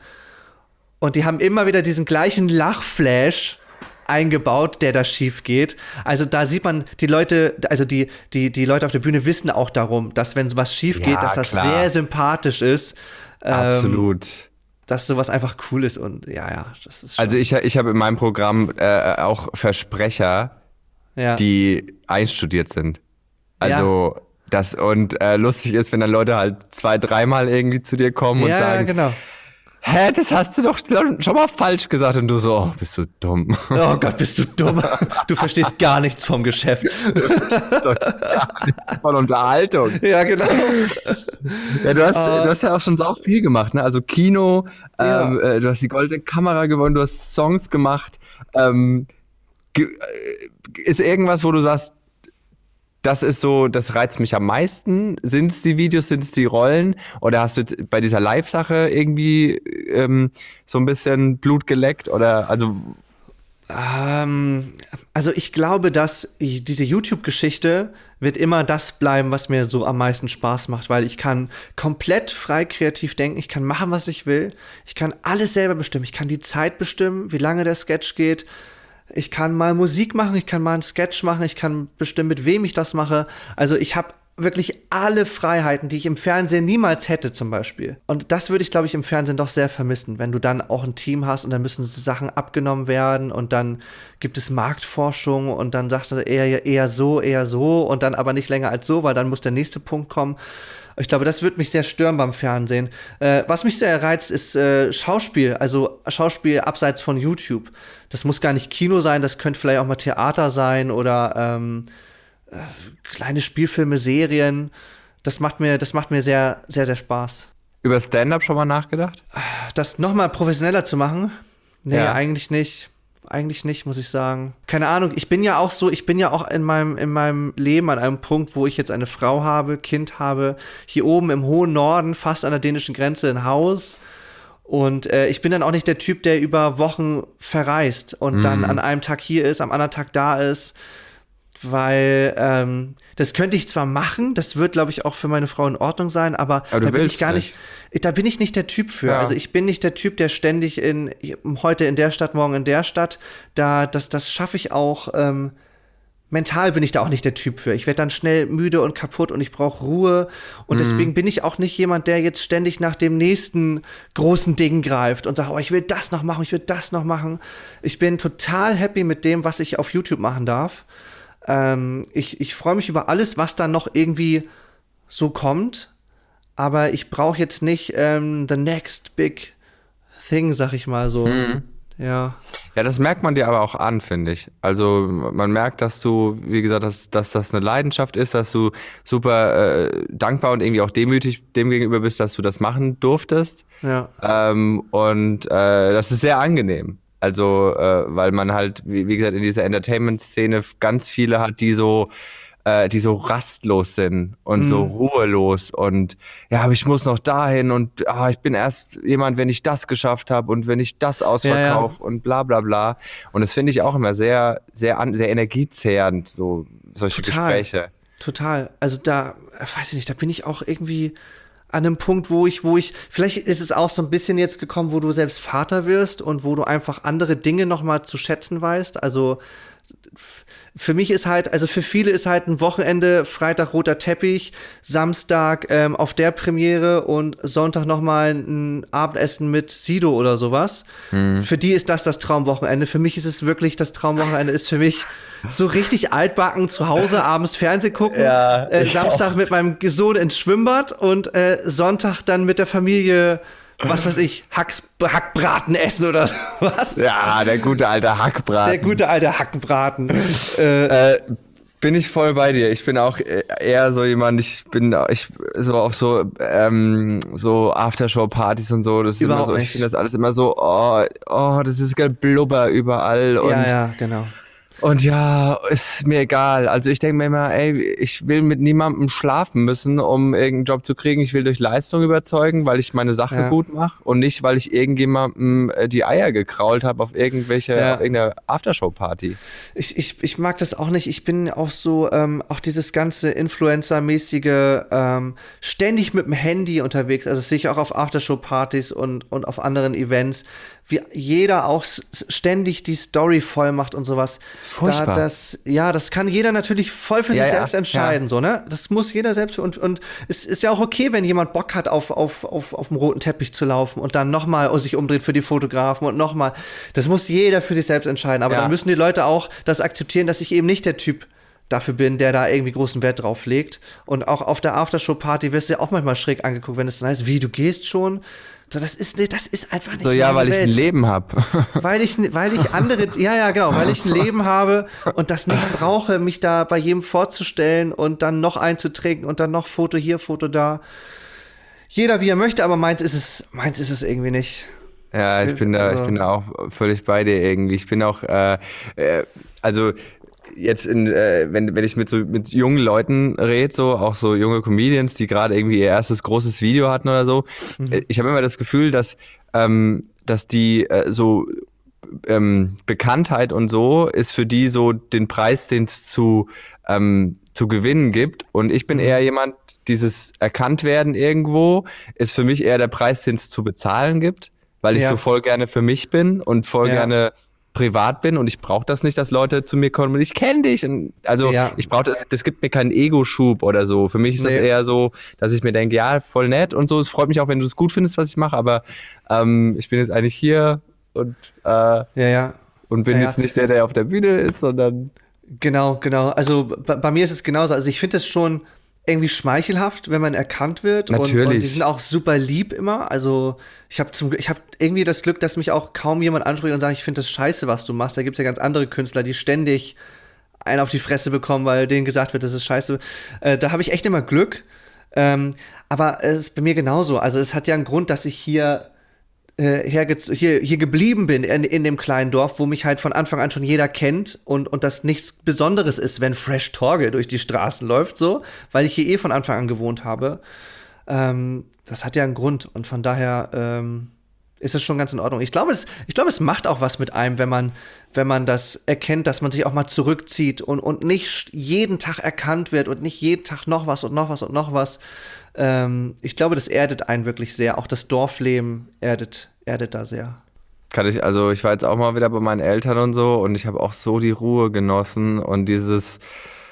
Und die haben immer wieder diesen gleichen Lachflash eingebaut, der da schief geht. Also da sieht man, die Leute, also die, die, die Leute auf der Bühne wissen auch darum, dass wenn sowas schief Ja, geht, dass das klar. sehr sympathisch ist. Ähm, Absolut. dass sowas einfach cool ist und ja, ja, das ist schon, Also ich, ich habe in meinem Programm äh, auch Versprecher, ja. die einstudiert sind. Also das und äh, lustig ist, wenn dann Leute halt zwei, dreimal irgendwie zu dir kommen und ja, sagen, genau. hä, das hast du doch schon mal falsch gesagt. Und du so, oh, bist du dumm. Oh Gott, bist du dumm. Du verstehst gar nichts vom Geschäft. So, ja, von Unterhaltung. Ja, genau. Ja, du hast, Uh, du hast ja auch schon sau viel gemacht, ne? Also Kino, Ja. ähm, äh, du hast die goldene Kamera gewonnen, du hast Songs gemacht. Ähm, ge äh, ist irgendwas, wo du sagst, das ist so, das reizt mich am meisten? Sind es die Videos, sind es die Rollen? Oder hast du jetzt bei dieser Live-Sache irgendwie ähm, so ein bisschen Blut geleckt? Oder also Ähm, Also ich glaube, dass ich, diese YouTube-Geschichte wird immer das bleiben, was mir so am meisten Spaß macht, weil ich kann komplett frei kreativ denken, ich kann machen, was ich will, ich kann alles selber bestimmen, ich kann die Zeit bestimmen, wie lange der Sketch geht, ich kann mal Musik machen, ich kann mal einen Sketch machen, ich kann bestimmen, mit wem ich das mache. Also ich habe wirklich alle Freiheiten, die ich im Fernsehen niemals hätte zum Beispiel. Und das würde ich, glaube ich, im Fernsehen doch sehr vermissen, wenn du dann auch ein Team hast und dann müssen Sachen abgenommen werden und dann gibt es Marktforschung und dann sagt er eher, eher so, eher so und dann aber nicht länger als so, weil dann muss der nächste Punkt kommen. Ich glaube, das wird mich sehr stören beim Fernsehen. Äh, was mich sehr reizt, ist äh, Schauspiel, also Schauspiel abseits von YouTube. Das muss gar nicht Kino sein, das könnte vielleicht auch mal Theater sein oder ähm, äh, kleine Spielfilme, Serien. Das macht mir, das macht mir sehr, sehr, sehr Spaß. Über Stand-up schon mal nachgedacht? Das noch mal professioneller zu machen? Nee, Ja. eigentlich nicht. Eigentlich nicht, muss ich sagen. Keine Ahnung, ich bin ja auch so, ich bin ja auch in meinem, in meinem Leben an einem Punkt, wo ich jetzt eine Frau habe, Kind habe, hier oben im hohen Norden, fast an der dänischen Grenze, ein Haus. Und äh, ich bin dann auch nicht der Typ, der über Wochen verreist und Mhm. dann an einem Tag hier ist, am anderen Tag da ist. Weil ähm, das könnte ich zwar machen, das wird, glaube ich, auch für meine Frau in Ordnung sein, aber, Aber du da bin willst ich gar nicht. nicht, da bin ich nicht der Typ für. Ja. Also ich bin nicht der Typ, der ständig in heute in der Stadt, morgen in der Stadt. Da, das, das schaffe ich auch. Ähm, mental bin ich da auch nicht der Typ für. Ich werde dann schnell müde und kaputt und ich brauche Ruhe. Und deswegen bin ich auch nicht jemand, der jetzt ständig nach dem nächsten großen Ding greift und sagt, oh, ich will das noch machen, ich will das noch machen. Ich bin total happy mit dem, was ich auf YouTube machen darf. Ähm, ich ich freue mich über alles, was dann noch irgendwie so kommt. Aber ich brauche jetzt nicht ähm, the next big thing, sag ich mal so. Ja. Ja, das merkt man dir aber auch an, finde ich. Also man merkt, dass du, wie gesagt, dass, dass das eine Leidenschaft ist, dass du super äh, dankbar und irgendwie auch demütig dem gegenüber bist, dass du das machen durftest. Ja. Ähm, und äh, das ist sehr angenehm. Also, äh, weil man halt, wie, wie gesagt, in dieser Entertainment-Szene ganz viele hat, die so äh, die so rastlos sind und so ruhelos und ja, aber ich muss noch dahin und ah, ich bin erst jemand, wenn ich das geschafft habe und wenn ich das ausverkaufe Ja, ja. und bla bla bla. Und das finde ich auch immer sehr, sehr, an, sehr energiezehrend, so solche Total. Gespräche. Total. Also da, äh, weiß ich nicht, da bin ich auch irgendwie an einem Punkt, wo ich, wo ich, vielleicht ist es auch so ein bisschen jetzt gekommen, wo du selbst Vater wirst und wo du einfach andere Dinge nochmal zu schätzen weißt. Also f- für mich ist halt, also für viele ist halt ein Wochenende, Freitag roter Teppich, Samstag ähm, auf der Premiere und Sonntag nochmal ein Abendessen mit Sido oder sowas. Für die ist das das Traumwochenende. Für mich ist es wirklich, das Traumwochenende ist für mich so richtig altbacken zu Hause, abends Fernsehen gucken, Ja, äh, ich Samstag auch. mit meinem Sohn ins Schwimmbad und äh, Sonntag dann mit der Familie, was weiß ich, Hacks, Hackbraten essen oder was. Ja, der gute alte Hackbraten. Der gute alte Hackbraten. äh, Äh, bin ich voll bei dir. Ich bin auch eher so jemand, ich bin ich so auf so ähm, so Aftershow-Partys und so, das ist immer Überhaupt so, ich nicht. finde das alles immer so, oh, oh, das ist Blubber überall und ja, ja, genau. und ja, ist mir egal. Also ich denke mir immer, ey, ich will mit niemandem schlafen müssen, um irgendeinen Job zu kriegen. Ich will durch Leistung überzeugen, weil ich meine Sache Ja. gut mache und nicht, weil ich irgendjemandem äh, die Eier gekrault habe auf irgendwelche, Ja. auf irgendeiner Aftershow-Party. Ich, ich, ich mag das auch nicht. Ich bin auch so, ähm, auch dieses ganze Influencer-mäßige, ähm, ständig mit dem Handy unterwegs. Also das sehe ich auch auf Aftershow-Partys und, und auf anderen Events, wie jeder auch s- s- ständig die Story voll macht und sowas. Das ist furchtbar. Da, das, ja, das kann jeder natürlich voll für Ja, sich ja, selbst entscheiden, so, ne? Das muss jeder selbst, und, und es ist ja auch okay, wenn jemand Bock hat, auf, auf, auf, auf dem roten Teppich zu laufen und dann nochmal sich umdreht für die Fotografen und nochmal. Das muss jeder für sich selbst entscheiden. Aber Ja. dann müssen die Leute auch das akzeptieren, dass ich eben nicht der Typ dafür bin, der da irgendwie großen Wert drauf legt. Und auch auf der Aftershow-Party wirst du ja auch manchmal schräg angeguckt, wenn es dann heißt, wie, du gehst schon? So, das ist, das ist einfach nicht So, ja, meine weil ich ein Welt. Leben habe. Weil ich, weil ich andere, ja, ja, genau, weil ich ein Leben habe und das nicht brauche, mich da bei jedem vorzustellen und dann noch einzutrinken und dann noch Foto hier, Foto da. Jeder wie er möchte, aber meins ist es, meins ist es irgendwie nicht. Ja, ich bin da, ich Also- bin da auch völlig bei dir irgendwie. Ich bin auch, äh, äh, also jetzt in, äh, wenn, wenn ich mit so mit jungen Leuten rede, so auch so junge Comedians, die gerade irgendwie ihr erstes großes Video hatten oder so, äh, ich habe immer das Gefühl, dass ähm, dass die äh, so ähm, Bekanntheit und so ist für die so den Preis, den es zu, ähm, zu gewinnen gibt. Und ich bin eher jemand, dieses Erkanntwerden irgendwo ist für mich eher der Preis, den es zu bezahlen gibt, weil ich Ja. so voll gerne für mich bin und voll Ja. gerne privat bin und ich brauche das nicht, dass Leute zu mir kommen und ich kenne dich. Und also Ja. ich brauche das, das gibt mir keinen Ego-Schub oder so. Für mich ist das Nee. eher so, dass ich mir denke, ja, voll nett und so. Es freut mich auch, wenn du es gut findest, was ich mache, aber ähm, ich bin jetzt eigentlich hier und, äh, Ja, ja. und bin Ja, ja. jetzt nicht der, der auf der Bühne ist, sondern Genau, genau. Also bei, bei mir ist es genauso. Also ich finde es schon irgendwie schmeichelhaft, wenn man erkannt wird. Und, Natürlich. und die sind auch super lieb immer. Also ich habe zum ich habe irgendwie das Glück, dass mich auch kaum jemand anspricht und sagt, ich finde das scheiße, was du machst. Da gibt es ja ganz andere Künstler, die ständig einen auf die Fresse bekommen, weil denen gesagt wird, das ist scheiße. Äh, da habe ich echt immer Glück. Ähm, aber es ist bei mir genauso. Also es hat ja einen Grund, dass ich hier äh, hergez- hier, hier geblieben bin in, in dem kleinen Dorf, wo mich halt von Anfang an schon jeder kennt und, und das nichts Besonderes ist, wenn Fresh Torge durch die Straßen läuft, so, weil ich hier eh von Anfang an gewohnt habe. Ähm, das hat ja einen Grund und von daher ähm, ist es schon ganz in Ordnung. Ich glaube, es, ich glaube, es macht auch was mit einem, wenn man, wenn man das erkennt, dass man sich auch mal zurückzieht und, und nicht jeden Tag erkannt wird und nicht jeden Tag noch was und noch was und noch was. Ähm, ich glaube, das erdet einen wirklich sehr. Auch das Dorfleben erdet, erdet da sehr. kann ich, also ich war jetzt auch mal wieder bei meinen Eltern und so und ich habe auch so die Ruhe genossen und dieses,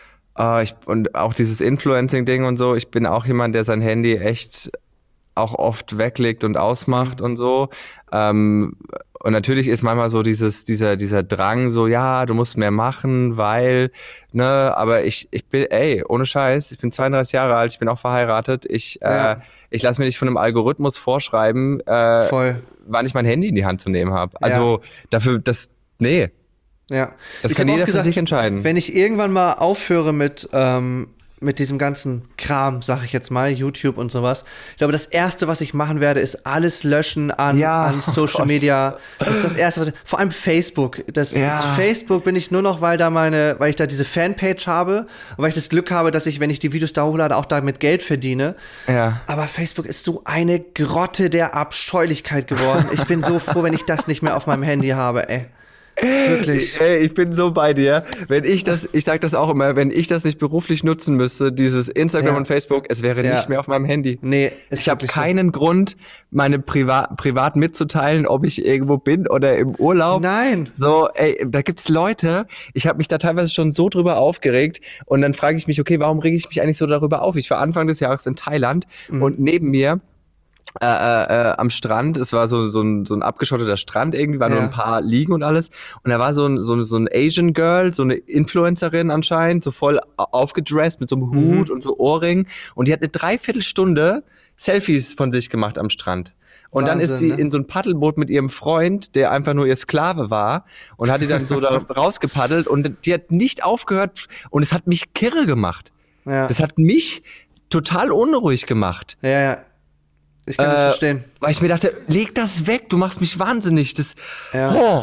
äh, ich, und auch dieses Influencing-Ding und so. Ich bin auch jemand, der sein Handy echt auch oft weglegt und ausmacht und so. Ähm, und natürlich ist manchmal so dieses, dieser, dieser Drang, so, ja, du musst mehr machen, weil, ne, aber ich, ich bin, ey, ohne Scheiß, ich bin zweiunddreißig Jahre alt, ich bin auch verheiratet, ich, Ja. äh, ich lasse mir nicht von einem Algorithmus vorschreiben, äh, Voll. wann ich mein Handy in die Hand zu nehmen habe. Also dafür, das, nee, Ja. das Ich kann hab auch jeder gesagt, für sich entscheiden. Wenn ich irgendwann mal aufhöre mit, ähm, mit diesem ganzen Kram, sag ich jetzt mal, YouTube und sowas. Ich glaube, das Erste, was ich machen werde, ist alles löschen an, Ja, an oh Social Gott. Media. Das ist das Erste, was ich, vor allem Facebook. Das Ja. Facebook bin ich nur noch, weil da meine, weil ich da diese Fanpage habe und weil ich das Glück habe, dass ich, wenn ich die Videos da hochlade, auch damit Geld verdiene. Ja. Aber Facebook ist so eine Grotte der Abscheulichkeit geworden. Ich bin so froh, wenn ich das nicht mehr auf meinem Handy habe, ey. Wirklich. Ey, ich bin so bei dir. Wenn ich das, ich sag das auch immer, wenn ich das nicht beruflich nutzen müsste, dieses Instagram Ja. und Facebook, es wäre Ja. nicht mehr auf meinem Handy. Nee, ist Ich habe wirklich so. keinen Grund, meine privat, privat mitzuteilen, ob ich irgendwo bin oder im Urlaub. Nein. So, ey, da gibt's Leute, ich habe mich da teilweise schon so drüber aufgeregt und dann frage ich mich, okay, warum rege ich mich eigentlich so darüber auf? Ich war Anfang des Jahres in Thailand Mhm. und neben mir Äh, äh, am Strand, es war so, so, ein, so ein abgeschotteter Strand irgendwie, waren Ja. nur ein paar Liegen und alles. Und da war so ein, so, ein- so ein Asian Girl, so eine Influencerin anscheinend, so voll au- aufgedresst mit so einem Hut und so Ohrringen. Und die hat eine Dreiviertelstunde Selfies von sich gemacht am Strand. Und dann ist Wahnsinn, sie ne? in so ein Paddelboot mit ihrem Freund, der einfach nur ihr Sklave war, und hat die dann so da rausgepaddelt und die hat nicht aufgehört und es hat mich kirre gemacht. Ja. Das hat mich total unruhig gemacht. Ja, ja. Ich kann das Äh, verstehen. Weil ich mir dachte, leg das weg, du machst mich wahnsinnig. Das, Ja. oh.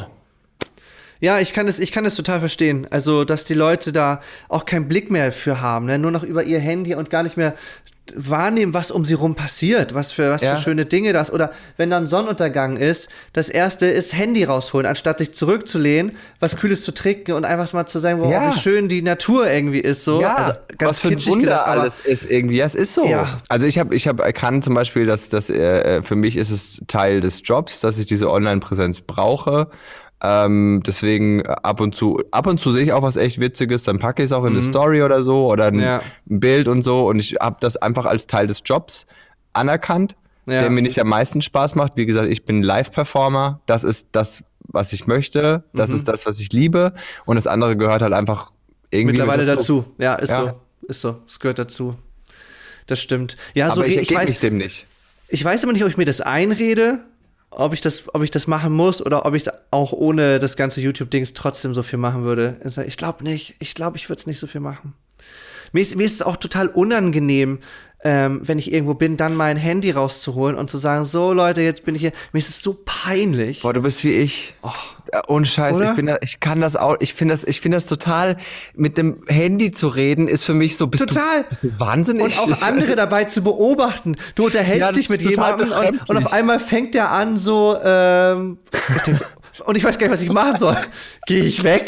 Ja, ich kann das, ich kann das total verstehen. Also, dass die Leute da auch keinen Blick mehr für haben, ne? Nur noch über ihr Handy und gar nicht mehr wahrnehmen, was um sie rum passiert, was für was Ja. für schöne Dinge das. Oder wenn dann Sonnenuntergang ist, das erste ist Handy rausholen, anstatt sich zurückzulehnen, was Kühles zu trinken und einfach mal zu sagen, wow, Ja. wie schön die Natur irgendwie ist. So. Ja, Also, ganz was für ein kitschig Wunder gesagt, aber- alles ist irgendwie. Ja, es ist so. Ja. Also ich habe ich hab erkannt zum Beispiel, dass das äh, für mich ist es Teil des Jobs, dass ich diese Online-Präsenz brauche. Ähm, deswegen äh, ab und zu, ab und zu sehe ich auch was echt Witziges, dann packe ich es auch in eine Story oder so oder ein, Ja. ein Bild und so und ich habe das einfach als Teil des Jobs anerkannt, Ja. der mir nicht am meisten Spaß macht. Wie gesagt, ich bin Live-Performer, das ist das, was ich möchte, das ist das, was ich liebe und das andere gehört halt einfach irgendwie Mittlerweile mit dazu. Ja, ist Ja. so. Ist so. Es gehört dazu. Das stimmt. Ja, so Aber wie ich ich ergebe weiß, mich dem nicht. ich weiß immer nicht, ob ich mir das einrede, ob ich das, ob ich das machen muss oder ob ich es auch ohne das ganze YouTube-Dings trotzdem so viel machen würde. Ich glaube nicht. Ich glaube, ich würde es nicht so viel machen. Mir ist, mir ist es auch total unangenehm, ähm, wenn ich irgendwo bin, dann mein Handy rauszuholen und zu sagen, so Leute, jetzt bin ich hier. Mir ist es so peinlich. Boah, du bist wie ich. Ja, ohne Scheiß, Oder? ich bin da, ich kann das auch, ich finde das, ich finde das total, mit dem Handy zu reden, ist für mich so, bist Total. du, bist du wahnsinnig? Und auch andere dabei zu beobachten. Du unterhältst Ja, das dich mit ist total jemandem und, befremdlich. und auf einmal fängt der an so, ähm, ich denk so und ich weiß gar nicht, was ich machen soll. Gehe ich weg?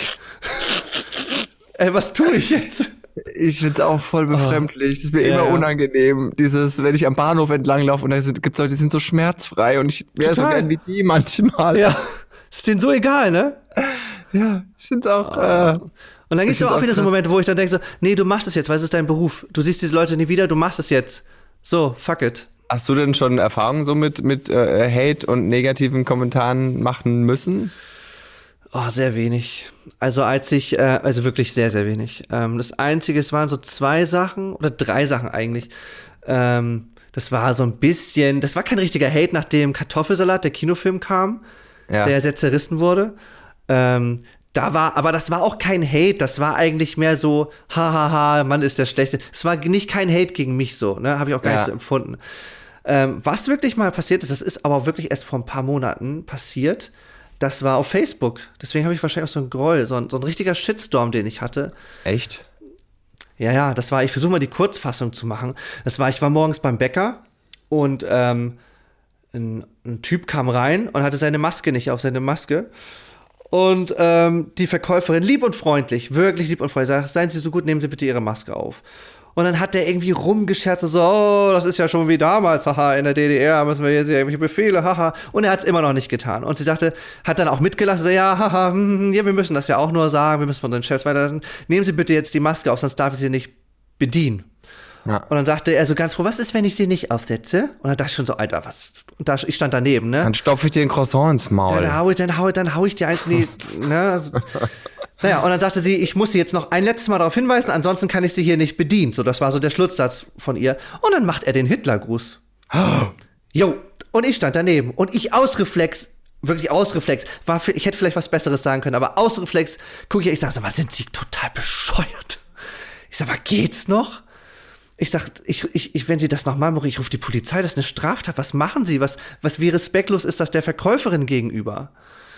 Ey, was tue ich jetzt? Ich find's auch voll befremdlich. Das ist mir Ja, immer ja. unangenehm. Dieses, wenn ich am Bahnhof entlang laufe und da sind, gibt's Leute, die sind so schmerzfrei und ich wäre so Total. gern wie die manchmal. Ja, ist denen so egal, ne? Ja, ich find's auch. Äh, Und dann gibt Ich es find's auch auch wieder so krass. Momente, wo ich dann denke so, nee, du machst es jetzt, weil es ist dein Beruf. Du siehst diese Leute nie wieder, du machst es jetzt. So, fuck it. Hast du denn schon Erfahrungen so mit, mit äh, Hate und negativen Kommentaren machen müssen? Oh, sehr wenig. Also als ich, äh, also wirklich sehr, sehr wenig. Ähm, das Einzige, es waren so zwei Sachen oder drei Sachen eigentlich. Ähm, das war so ein bisschen, das war kein richtiger Hate, nachdem Kartoffelsalat, der Kinofilm kam, Ja. der sehr zerrissen wurde. Ähm, da war, aber das war auch kein Hate, das war eigentlich mehr so, hahaha, Mann ist der Schlechte. Es war nicht kein Hate gegen mich so, ne, habe ich auch gar Ja. nicht so empfunden. Ähm, was wirklich mal passiert ist, das ist aber wirklich erst vor ein paar Monaten passiert, das war auf Facebook. Deswegen habe ich wahrscheinlich auch so einen Groll, so ein, so ein richtiger Shitstorm, den ich hatte. Echt? Ja, ja, das war, ich versuche mal die Kurzfassung zu machen. Das war, ich war morgens beim Bäcker und ähm, ein, ein Typ kam rein und hatte seine Maske nicht auf, seine Maske. Und ähm, die Verkäuferin, lieb und freundlich, wirklich lieb und freundlich, sagt, seien Sie so gut, nehmen Sie bitte Ihre Maske auf. Und dann hat der irgendwie rumgescherzt, so, oh, das ist ja schon wie damals, haha, in der D D R müssen wir jetzt hier irgendwelche Befehle, haha. Und er hat es immer noch nicht getan. Und sie sagte, hat dann auch mitgelassen, so, ja, haha, hm, ja, wir müssen das ja auch nur sagen, wir müssen von den Chefs weiterlassen. Nehmen Sie bitte jetzt die Maske auf, sonst darf ich Sie nicht bedienen. Ja. Und dann sagte er so ganz froh, was ist, wenn ich sie nicht aufsetze? Und dann dachte ich schon so, Alter, was? Und da, ich stand daneben, ne? Dann stopfe ich dir ein Croissant ins Maul. Dann hau ich, dann hau, dann hau ich dir eins in die, ne? Also, naja, und dann sagte sie, ich muss sie jetzt noch ein letztes Mal darauf hinweisen, ansonsten kann ich sie hier nicht bedienen. So, das war so der Schlusssatz von ihr. Und dann macht er den Hitlergruß. Jo, und ich stand daneben. Und ich aus Reflex, wirklich aus Reflex, war für, ich hätte vielleicht was Besseres sagen können, aber aus Reflex gucke ich, ich sag, sag mal, sind Sie total bescheuert? Ich sag, mal, geht's noch? Ich sag, ich, ich, ich, wenn Sie das nochmal machen, ich rufe die Polizei, das ist eine Straftat. Was machen Sie? Was, was wie respektlos ist das der Verkäuferin gegenüber?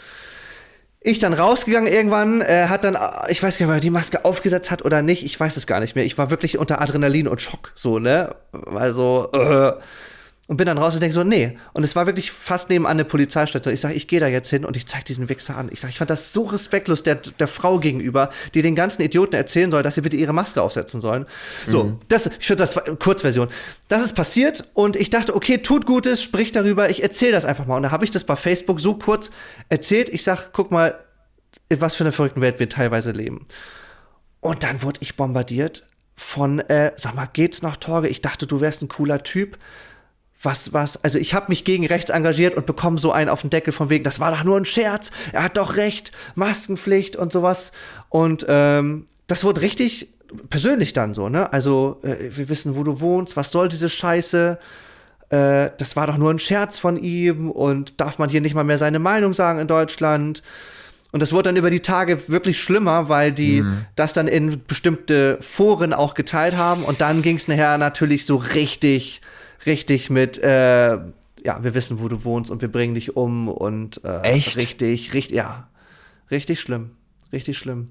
Ich dann rausgegangen irgendwann, äh, hat dann, ich weiß gar nicht, ob er die Maske aufgesetzt hat oder nicht, ich weiß es gar nicht mehr. Ich war wirklich unter Adrenalin und Schock, so, ne? Also, äh, und bin dann raus und denke so, nee. Und es war wirklich fast nebenan eine Polizeistation. Ich sage, ich gehe da jetzt hin und ich zeige diesen Wichser an. Ich sage, ich fand das so respektlos der, der Frau gegenüber, die den ganzen Idioten erzählen soll, dass sie bitte ihre Maske aufsetzen sollen. Mhm. So, das, ich finde das war Kurzversion. Das ist passiert und ich dachte, okay, tut Gutes, sprich darüber, ich erzähle das einfach mal. Und da habe ich das bei Facebook so kurz erzählt. Ich sage, guck mal, in was für einer verrückten Welt wir teilweise leben. Und dann wurde ich bombardiert von, äh, sag mal, geht's noch, Torge? Ich dachte, du wärst ein cooler Typ. Was, was, also ich habe mich gegen rechts engagiert und bekomme so einen auf den Deckel von wegen, das war doch nur ein Scherz, er hat doch recht, Maskenpflicht und sowas. Und ähm, das wurde richtig persönlich dann so, ne? Also, äh, wir wissen, wo du wohnst, was soll diese Scheiße? Äh, das war doch nur ein Scherz von ihm und darf man hier nicht mal mehr seine Meinung sagen in Deutschland? Und das wurde dann über die Tage wirklich schlimmer, weil die mhm. das dann in bestimmte Foren auch geteilt haben. Und dann ging es nachher natürlich so richtig, richtig mit, äh, ja, wir wissen, wo du wohnst und wir bringen dich um. Und äh, Echt? Richtig, richtig, ja, richtig schlimm, richtig schlimm.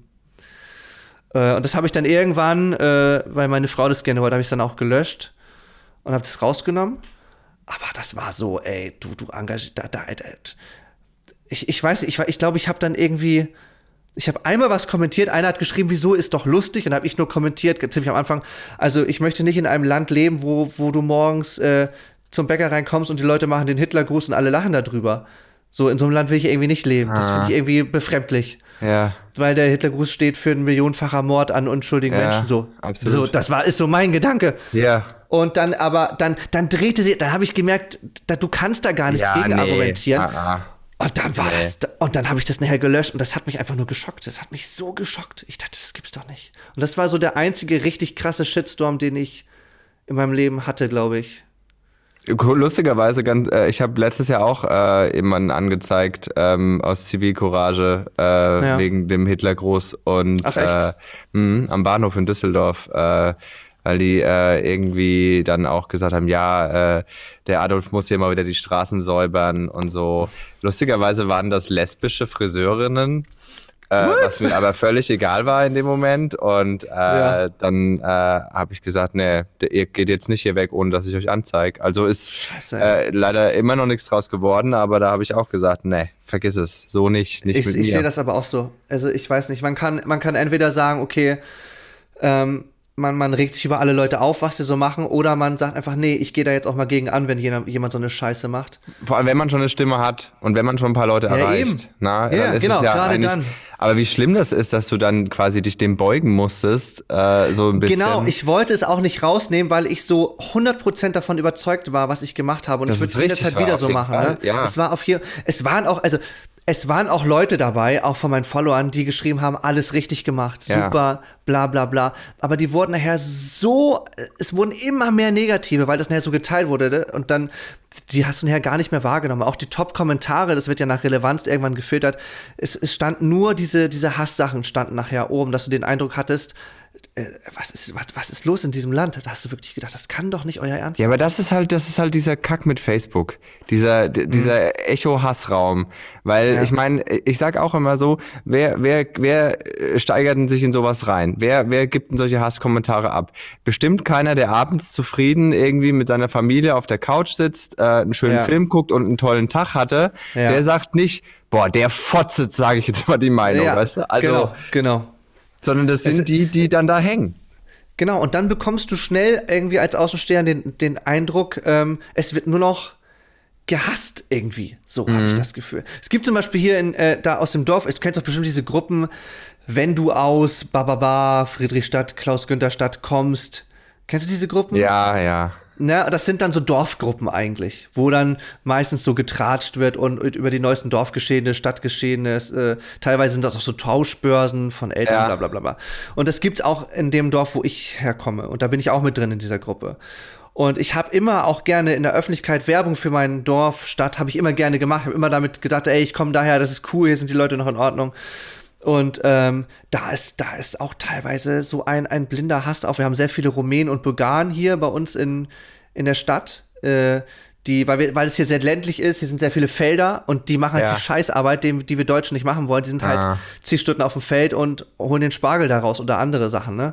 Äh, und das habe ich dann irgendwann, äh, weil meine Frau das gerne wollte, habe ich es dann auch gelöscht und habe das rausgenommen. Aber das war so, ey, du, du engagierst, da, da, da, Ich, ich weiß nicht, ich, ich glaube, ich habe dann irgendwie, ich habe einmal was kommentiert, einer hat geschrieben, wieso ist doch lustig, und habe ich nur kommentiert, ziemlich am Anfang, also ich möchte nicht in einem Land leben, wo, wo du morgens äh, zum Bäcker reinkommst und die Leute machen den Hitlergruß und alle lachen darüber. So, in so einem Land will ich irgendwie nicht leben, das finde ich irgendwie befremdlich. Ja. Weil der Hitlergruß steht für einen millionenfacher Mord an unschuldigen Ja, Menschen, so. absolut. So, das war, ist so mein Gedanke. Ja. Und dann aber, dann, dann drehte sie, dann habe ich gemerkt, da, du kannst da gar nichts Ja, gegen nee. argumentieren. Ah, ah. Und dann war Nee. das, und dann habe ich das nachher gelöscht und das hat mich einfach nur geschockt. Das hat mich so geschockt. Ich dachte, das gibt's doch nicht. Und das war so der einzige richtig krasse Shitstorm, den ich in meinem Leben hatte, glaube ich. Lustigerweise, ganz, äh, ich habe letztes Jahr auch äh, jemanden angezeigt ähm, aus Zivilcourage äh, Ja. wegen dem Hitlergruß und Ach, echt? Äh, mh, am Bahnhof in Düsseldorf, äh, weil die äh, irgendwie dann auch gesagt haben, ja, äh, der Adolf muss hier mal wieder die Straßen säubern und so. Lustigerweise waren das lesbische Friseurinnen äh, was mir aber völlig egal war in dem Moment. Und äh, ja. dann äh, habe ich gesagt, nee, ihr geht jetzt nicht hier weg, ohne dass ich euch anzeige. Also ist äh, leider immer noch nichts draus geworden, aber da habe ich auch gesagt, nee, vergiss es, so nicht, nicht ich, mit mir. Ich sehe das aber auch so. Also ich weiß nicht, man kann, man kann entweder sagen, okay, ähm, Man, man regt sich über alle Leute auf, was sie so machen, oder man sagt einfach, nee, ich gehe da jetzt auch mal gegen an, wenn jemand, jemand so eine Scheiße macht. Vor allem, wenn man schon eine Stimme hat und wenn man schon ein paar Leute ja, erreicht. Eben. Na, ja, dann ist genau, es ja gerade dann. Aber wie schlimm das ist, dass du dann quasi dich dem beugen musstest, äh, so ein bisschen. Genau, ich wollte es auch nicht rausnehmen, weil ich so hundert Prozent davon überzeugt war, was ich gemacht habe. Und das ich würde es jederzeit wieder so machen. Ne? Ja. Es war auf hier, es waren auch, also es waren auch Leute dabei, auch von meinen Followern, die geschrieben haben, alles richtig gemacht, super, ja. bla bla bla. Aber die wurden nachher so, es wurden immer mehr Negative, weil das nachher so geteilt wurde. Ne? Und dann, die hast du nachher gar nicht mehr wahrgenommen. Auch die Top-Kommentare, das wird ja nach Relevanz irgendwann gefiltert. Es, es standen nur diese, diese Hasssachen standen nachher oben, dass du den Eindruck hattest, Was ist, was, was ist los in diesem Land? Da hast du wirklich gedacht, das kann doch nicht euer Ernst sein. Ja, aber das ist halt, das ist halt dieser Kack mit Facebook. Dieser, d- dieser mhm. Echo-Hassraum. Weil, ja. ich meine, ich sag auch immer so, wer, wer, wer steigert denn sich in sowas rein? Wer, wer gibt denn solche Hasskommentare ab? Bestimmt keiner, der abends zufrieden irgendwie mit seiner Familie auf der Couch sitzt, äh, einen schönen ja. Film guckt und einen tollen Tag hatte, ja. der sagt nicht, boah, der fotzt, sage ich jetzt mal die Meinung, ja. weißt du? Also, genau, genau. Sondern das sind es, die, die dann da hängen. Genau, und dann bekommst du schnell irgendwie als Außensteher den, den Eindruck, ähm, es wird nur noch gehasst irgendwie. So mhm. habe ich das Gefühl. Es gibt zum Beispiel hier in, äh, da aus dem Dorf, du kennst doch bestimmt diese Gruppen, wenn du aus Bababa, Friedrichstadt, Klaus-Günther-Stadt kommst. Kennst du diese Gruppen? Ja, ja. Na, das sind dann so Dorfgruppen eigentlich, wo dann meistens so getratscht wird und über die neuesten Dorfgeschehene, Stadtgeschehene, äh, teilweise sind das auch so Tauschbörsen von Eltern, ja. bla bla bla bla. Und das gibt's auch in dem Dorf, wo ich herkomme. Und da bin ich auch mit drin in dieser Gruppe. Und ich habe immer auch gerne in der Öffentlichkeit Werbung für mein Dorf, Stadt, habe ich immer gerne gemacht. Ich habe immer damit gedacht, ey, ich komme daher, das ist cool, hier sind die Leute noch in Ordnung. Und ähm, da ist da ist auch teilweise so ein, ein blinder Hass auf. Wir haben sehr viele Rumänen und Bulgaren hier bei uns in, in der Stadt, äh, die, weil, wir, weil es hier sehr ländlich ist, hier sind sehr viele Felder und die machen halt ja. die Scheißarbeit, die, die wir Deutschen nicht machen wollen. Die sind halt ah. zig Stunden auf dem Feld und holen den Spargel daraus oder andere Sachen. Ne?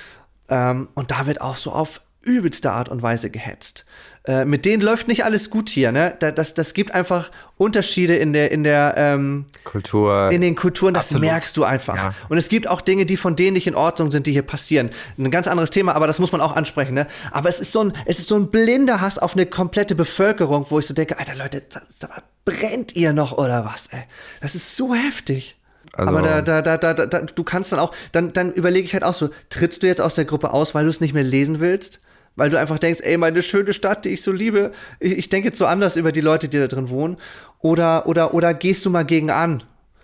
Ähm, und da wird auch so auf übelste Art und Weise gehetzt. Äh, mit denen läuft nicht alles gut hier, ne? Da, das, das gibt einfach Unterschiede in der, in der ähm, Kultur. In den Kulturen, das Absolut. merkst du einfach. Ja. Und es gibt auch Dinge, die von denen nicht in Ordnung sind, die hier passieren. Ein ganz anderes Thema, aber das muss man auch ansprechen, ne? Aber es ist so ein, es ist so ein blinder Hass auf eine komplette Bevölkerung, wo ich so denke, Alter Leute, sag mal, brennt ihr noch oder was, ey? Das ist so heftig. Also aber da, da, da, da, da, du kannst dann auch, dann, dann überlege ich halt auch so, trittst du jetzt aus der Gruppe aus, weil du es nicht mehr lesen willst? Weil du einfach denkst, ey, meine schöne Stadt, die ich so liebe, ich, ich denke jetzt so anders über die Leute, die da drin wohnen. Oder, oder, oder gehst du mal gegen an?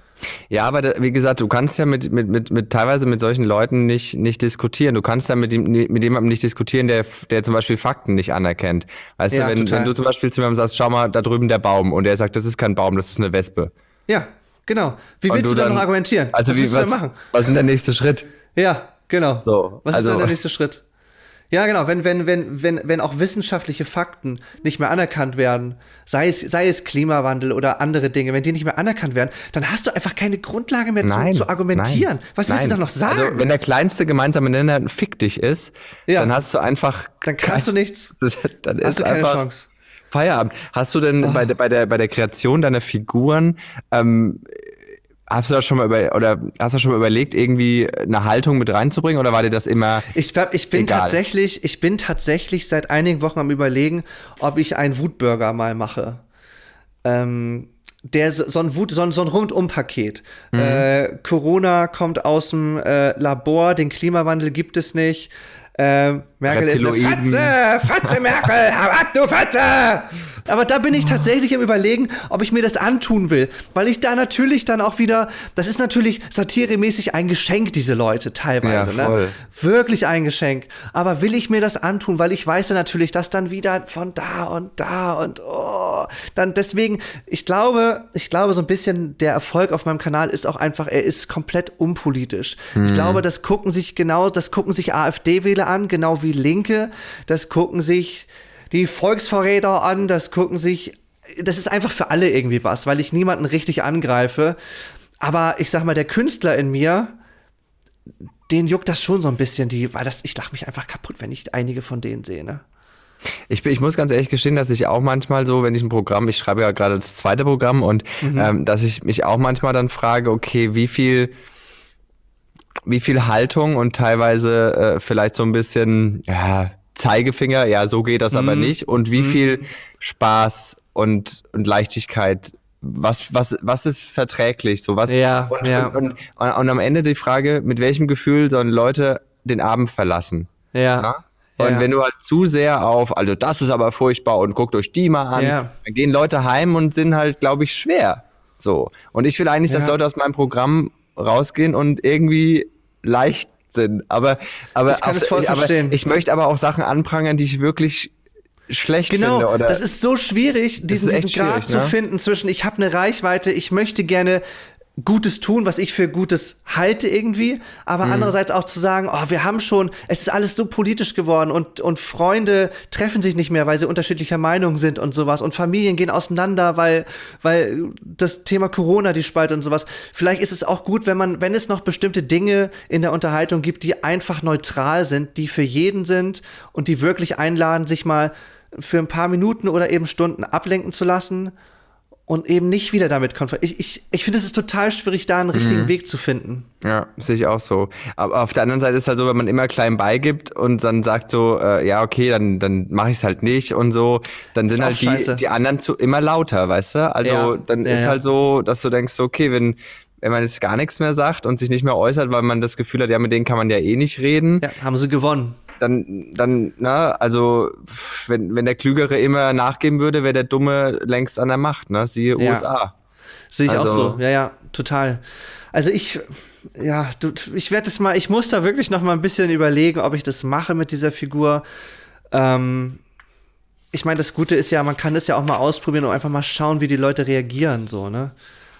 Ja, aber da, wie gesagt, du kannst ja mit, mit, mit, mit teilweise mit solchen Leuten nicht, nicht diskutieren. Du kannst ja mit, dem, mit jemandem nicht diskutieren, der, der zum Beispiel Fakten nicht anerkennt. Weißt ja, du, wenn, wenn du zum Beispiel zu jemandem sagst, schau mal, da drüben der Baum, und der sagt, das ist kein Baum, das ist eine Wespe. Ja, genau. Wie willst du, du dann noch argumentieren? Also was wie, willst was, du denn machen? Was ist denn der nächste Schritt? Ja, genau. So, was also, ist denn der nächste Schritt? Ja, genau, wenn, wenn, wenn, wenn, wenn auch wissenschaftliche Fakten nicht mehr anerkannt werden, sei es, sei es Klimawandel oder andere Dinge, wenn die nicht mehr anerkannt werden, dann hast du einfach keine Grundlage mehr nein, zu, zu argumentieren. Nein, Was willst nein. du da noch sagen? Also, wenn der kleinste gemeinsame Nenner ein Fick dich ist, ja. dann hast du einfach. Dann kannst kein, du nichts. Das, dann hast ist du keine einfach Chance. Feierabend. Hast du denn oh. bei, der, bei, der, bei der Kreation deiner Figuren, ähm, Hast du das schon mal über oder hast du schon mal überlegt, irgendwie eine Haltung mit reinzubringen, oder war dir das immer Ich, ich bin egal? tatsächlich, ich bin tatsächlich seit einigen Wochen am Überlegen, ob ich einen Wutburger mal mache. Ähm, der so ein Wut, so ein, so ein Rundum-Paket. Mhm. Äh, Corona kommt aus dem äh, Labor, den Klimawandel gibt es nicht. Äh, Merkel Reptiloiden. ist eine Fatze, Fatze Merkel, hau ab, du Fatze! Aber da bin ich tatsächlich im Überlegen, ob ich mir das antun will. Weil ich da natürlich dann auch wieder, das ist natürlich satiremäßig ein Geschenk, diese Leute teilweise. Ja, voll. Ne? Wirklich ein Geschenk. Aber will ich mir das antun, weil ich weiß ja natürlich, dass dann wieder von da und da und oh, dann deswegen, ich glaube, ich glaube so ein bisschen, der Erfolg auf meinem Kanal ist auch einfach, er ist komplett unpolitisch. Mhm. Ich glaube, das gucken sich genau, das gucken sich AfD-Wähler an, genau wie Linke, das gucken sich die Volksverräter an, das gucken sich, das ist einfach für alle irgendwie was, weil ich niemanden richtig angreife. Aber ich sag mal, der Künstler in mir, den juckt das schon so ein bisschen, die, weil das, ich lache mich einfach kaputt, wenn ich einige von denen sehe, ne? Ich, ich muss ganz ehrlich gestehen, dass ich auch manchmal so, wenn ich ein Programm, ich schreibe ja gerade das zweite Programm und mhm. ähm, dass ich mich auch manchmal dann frage, okay, wie viel, wie viel Haltung und teilweise äh, vielleicht so ein bisschen, ja, Zeigefinger, ja, so geht das mhm. aber nicht und wie mhm. viel Spaß und, und Leichtigkeit, was, was, was ist verträglich, so was, ja, und, ja. Und, und, und, und am Ende die Frage, mit welchem Gefühl sollen Leute den Abend verlassen? Ja. ja? Und ja. wenn du halt zu sehr auf, also das ist aber furchtbar und guckt euch die mal an, ja. dann gehen Leute heim und sind halt, glaube ich, schwer. So. Und ich will eigentlich, ja. dass Leute aus meinem Programm rausgehen und irgendwie leicht sind. Aber, aber, ich, kann auf, es voll aber verstehen. ich möchte aber auch Sachen anprangern, die ich wirklich schlecht genau, finde. Genau, das ist so schwierig, diesen, diesen Grad zu ne? finden zwischen, ich habe eine Reichweite, ich möchte gerne Gutes tun, was ich für Gutes halte irgendwie, aber mhm. andererseits auch zu sagen, oh, wir haben schon, es ist alles so politisch geworden und, und Freunde treffen sich nicht mehr, weil sie unterschiedlicher Meinung sind und sowas und Familien gehen auseinander, weil, weil das Thema Corona die spaltet und sowas. Vielleicht ist es auch gut, wenn man, wenn es noch bestimmte Dinge in der Unterhaltung gibt, die einfach neutral sind, die für jeden sind und die wirklich einladen, sich mal für ein paar Minuten oder eben Stunden ablenken zu lassen und eben nicht wieder damit konfrontiert. Ich, ich, ich finde, es ist total schwierig, da einen richtigen mhm. Weg zu finden. Ja, sehe ich auch so. Aber auf der anderen Seite ist es halt so, wenn man immer klein beigibt und dann sagt so, äh, ja, okay, dann, dann mache ich es halt nicht und so, dann sind halt die, die anderen zu, immer lauter, weißt du? Also ja. dann ja, ist ja. halt so, dass du denkst, okay, wenn, wenn man jetzt gar nichts mehr sagt und sich nicht mehr äußert, weil man das Gefühl hat, ja, mit denen kann man ja eh nicht reden. Ja, haben sie gewonnen. Dann, dann, na, also, wenn, wenn der Klügere immer nachgeben würde, wäre der Dumme längst an der Macht, ne? Siehe ja. U S A. Sehe ich also, auch so, ja, ja, total. Also ich, ja, du, ich werde das mal, ich muss da wirklich noch mal ein bisschen überlegen, ob ich das mache mit dieser Figur. Ähm, ich meine, das Gute ist ja, man kann das ja auch mal ausprobieren und einfach mal schauen, wie die Leute reagieren, so, ne?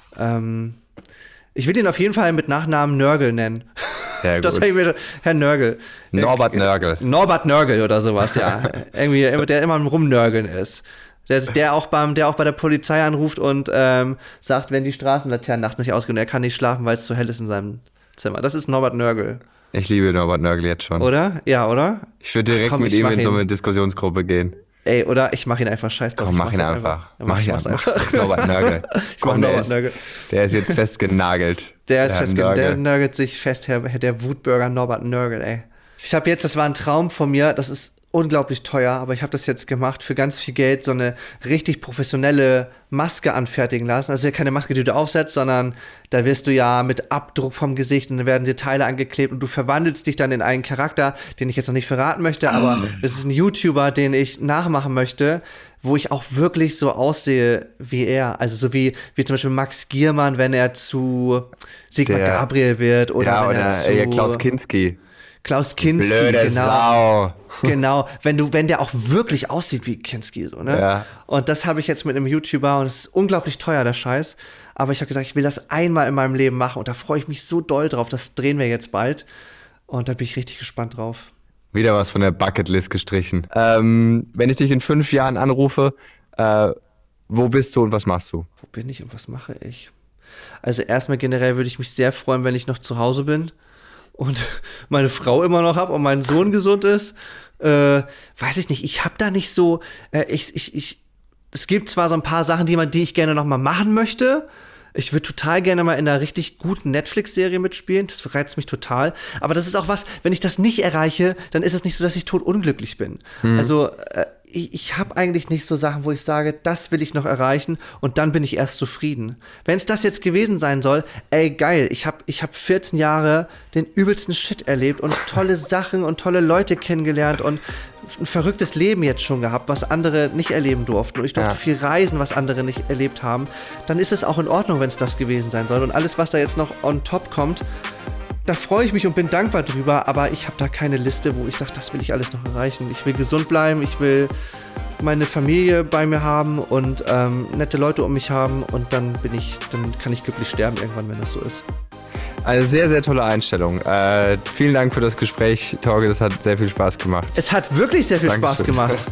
Ähm, ich will ihn auf jeden Fall mit Nachnamen Nörgel nennen. Sehr gut. Das habe ich mir schon, Herr Nörgel. Norbert Nörgel. Norbert Nörgel oder sowas, ja. Irgendwie, der immer am Rumnörgeln ist. Der, der, auch beim, der auch bei der Polizei anruft und ähm, sagt, wenn die Straßenlaternen nachts nicht ausgehen und er kann nicht schlafen, weil es zu hell ist in seinem Zimmer. Das ist Norbert Nörgel. Ich liebe Norbert Nörgel jetzt schon. Oder? Ja, oder? Ich würde direkt Komm, mit ihm in so eine Diskussionsgruppe gehen. Ey, oder ich mach ihn einfach scheiß drauf. Komm, mach ihn einfach. einfach. Mach ich einfach. Mach Norbert Nörgel. Ich mach Norbert Nörgel. Der ist jetzt festgenagelt. Der ist festgenagelt. Der nörgelt sich fest, Herr, der Wutbürger Norbert Nörgel, ey. Ich habe jetzt, das war ein Traum von mir, das ist unglaublich teuer, aber ich habe das jetzt gemacht für ganz viel Geld, so eine richtig professionelle Maske anfertigen lassen. Also ja keine Maske, die du aufsetzt, sondern da wirst du ja mit Abdruck vom Gesicht und dann werden dir Teile angeklebt und du verwandelst dich dann in einen Charakter, den ich jetzt noch nicht verraten möchte, aber das ist ein YouTuber, den ich nachmachen möchte, wo ich auch wirklich so aussehe wie er. Also so wie, wie zum Beispiel Max Giermann, wenn er zu Sigmar Der, Gabriel wird oder ja, wenn oder er zu ja, Klaus Kinski. Klaus Kinski, Blöde genau. Sau. Genau, wenn du, wenn der auch wirklich aussieht wie Kinski, so, ne? Ja. Und das habe ich jetzt mit einem YouTuber und es ist unglaublich teuer, der Scheiß. Aber ich habe gesagt, ich will das einmal in meinem Leben machen und da freue ich mich so doll drauf. Das drehen wir jetzt bald. Und da bin ich richtig gespannt drauf. Wieder was von der Bucketlist gestrichen. Ähm, wenn ich dich in fünf Jahren anrufe, äh, wo bist du und was machst du? Wo bin ich und was mache ich? Also erstmal generell würde ich mich sehr freuen, wenn ich noch zu Hause bin und meine Frau immer noch habe und mein Sohn gesund ist. Äh, weiß ich nicht, ich habe da nicht so, äh, ich, ich, ich, es gibt zwar so ein paar Sachen, die, man, die ich gerne noch mal machen möchte. Ich würde total gerne mal in einer richtig guten Netflix-Serie mitspielen. Das reizt mich total. Aber das ist auch was, wenn ich das nicht erreiche, dann ist es nicht so, dass ich totunglücklich bin. Hm. Also äh, ich, ich habe eigentlich nicht so Sachen, wo ich sage, das will ich noch erreichen und dann bin ich erst zufrieden. Wenn es das jetzt gewesen sein soll, ey geil, ich habe ich hab vierzehn Jahre den übelsten Shit erlebt und tolle Sachen und tolle Leute kennengelernt und ein verrücktes Leben jetzt schon gehabt, was andere nicht erleben durften. Und ich durfte ja. viel reisen, was andere nicht erlebt haben. Dann ist es auch in Ordnung, wenn es das gewesen sein soll. Und alles, was da jetzt noch on top kommt, da freue ich mich und bin dankbar drüber. Aber ich habe da keine Liste, wo ich sage, das will ich alles noch erreichen. Ich will gesund bleiben, ich will meine Familie bei mir haben und ähm, nette Leute um mich haben. Und dann bin ich, dann kann ich glücklich sterben irgendwann, wenn das so ist. Eine sehr, sehr tolle Einstellung. Äh, vielen Dank für das Gespräch, Torge. Das hat sehr viel Spaß gemacht. Es hat wirklich sehr viel Dankeschön. Spaß gemacht.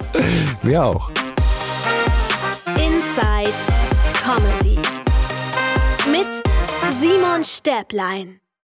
Mir auch. Inside Comedy mit Simon Stäblein.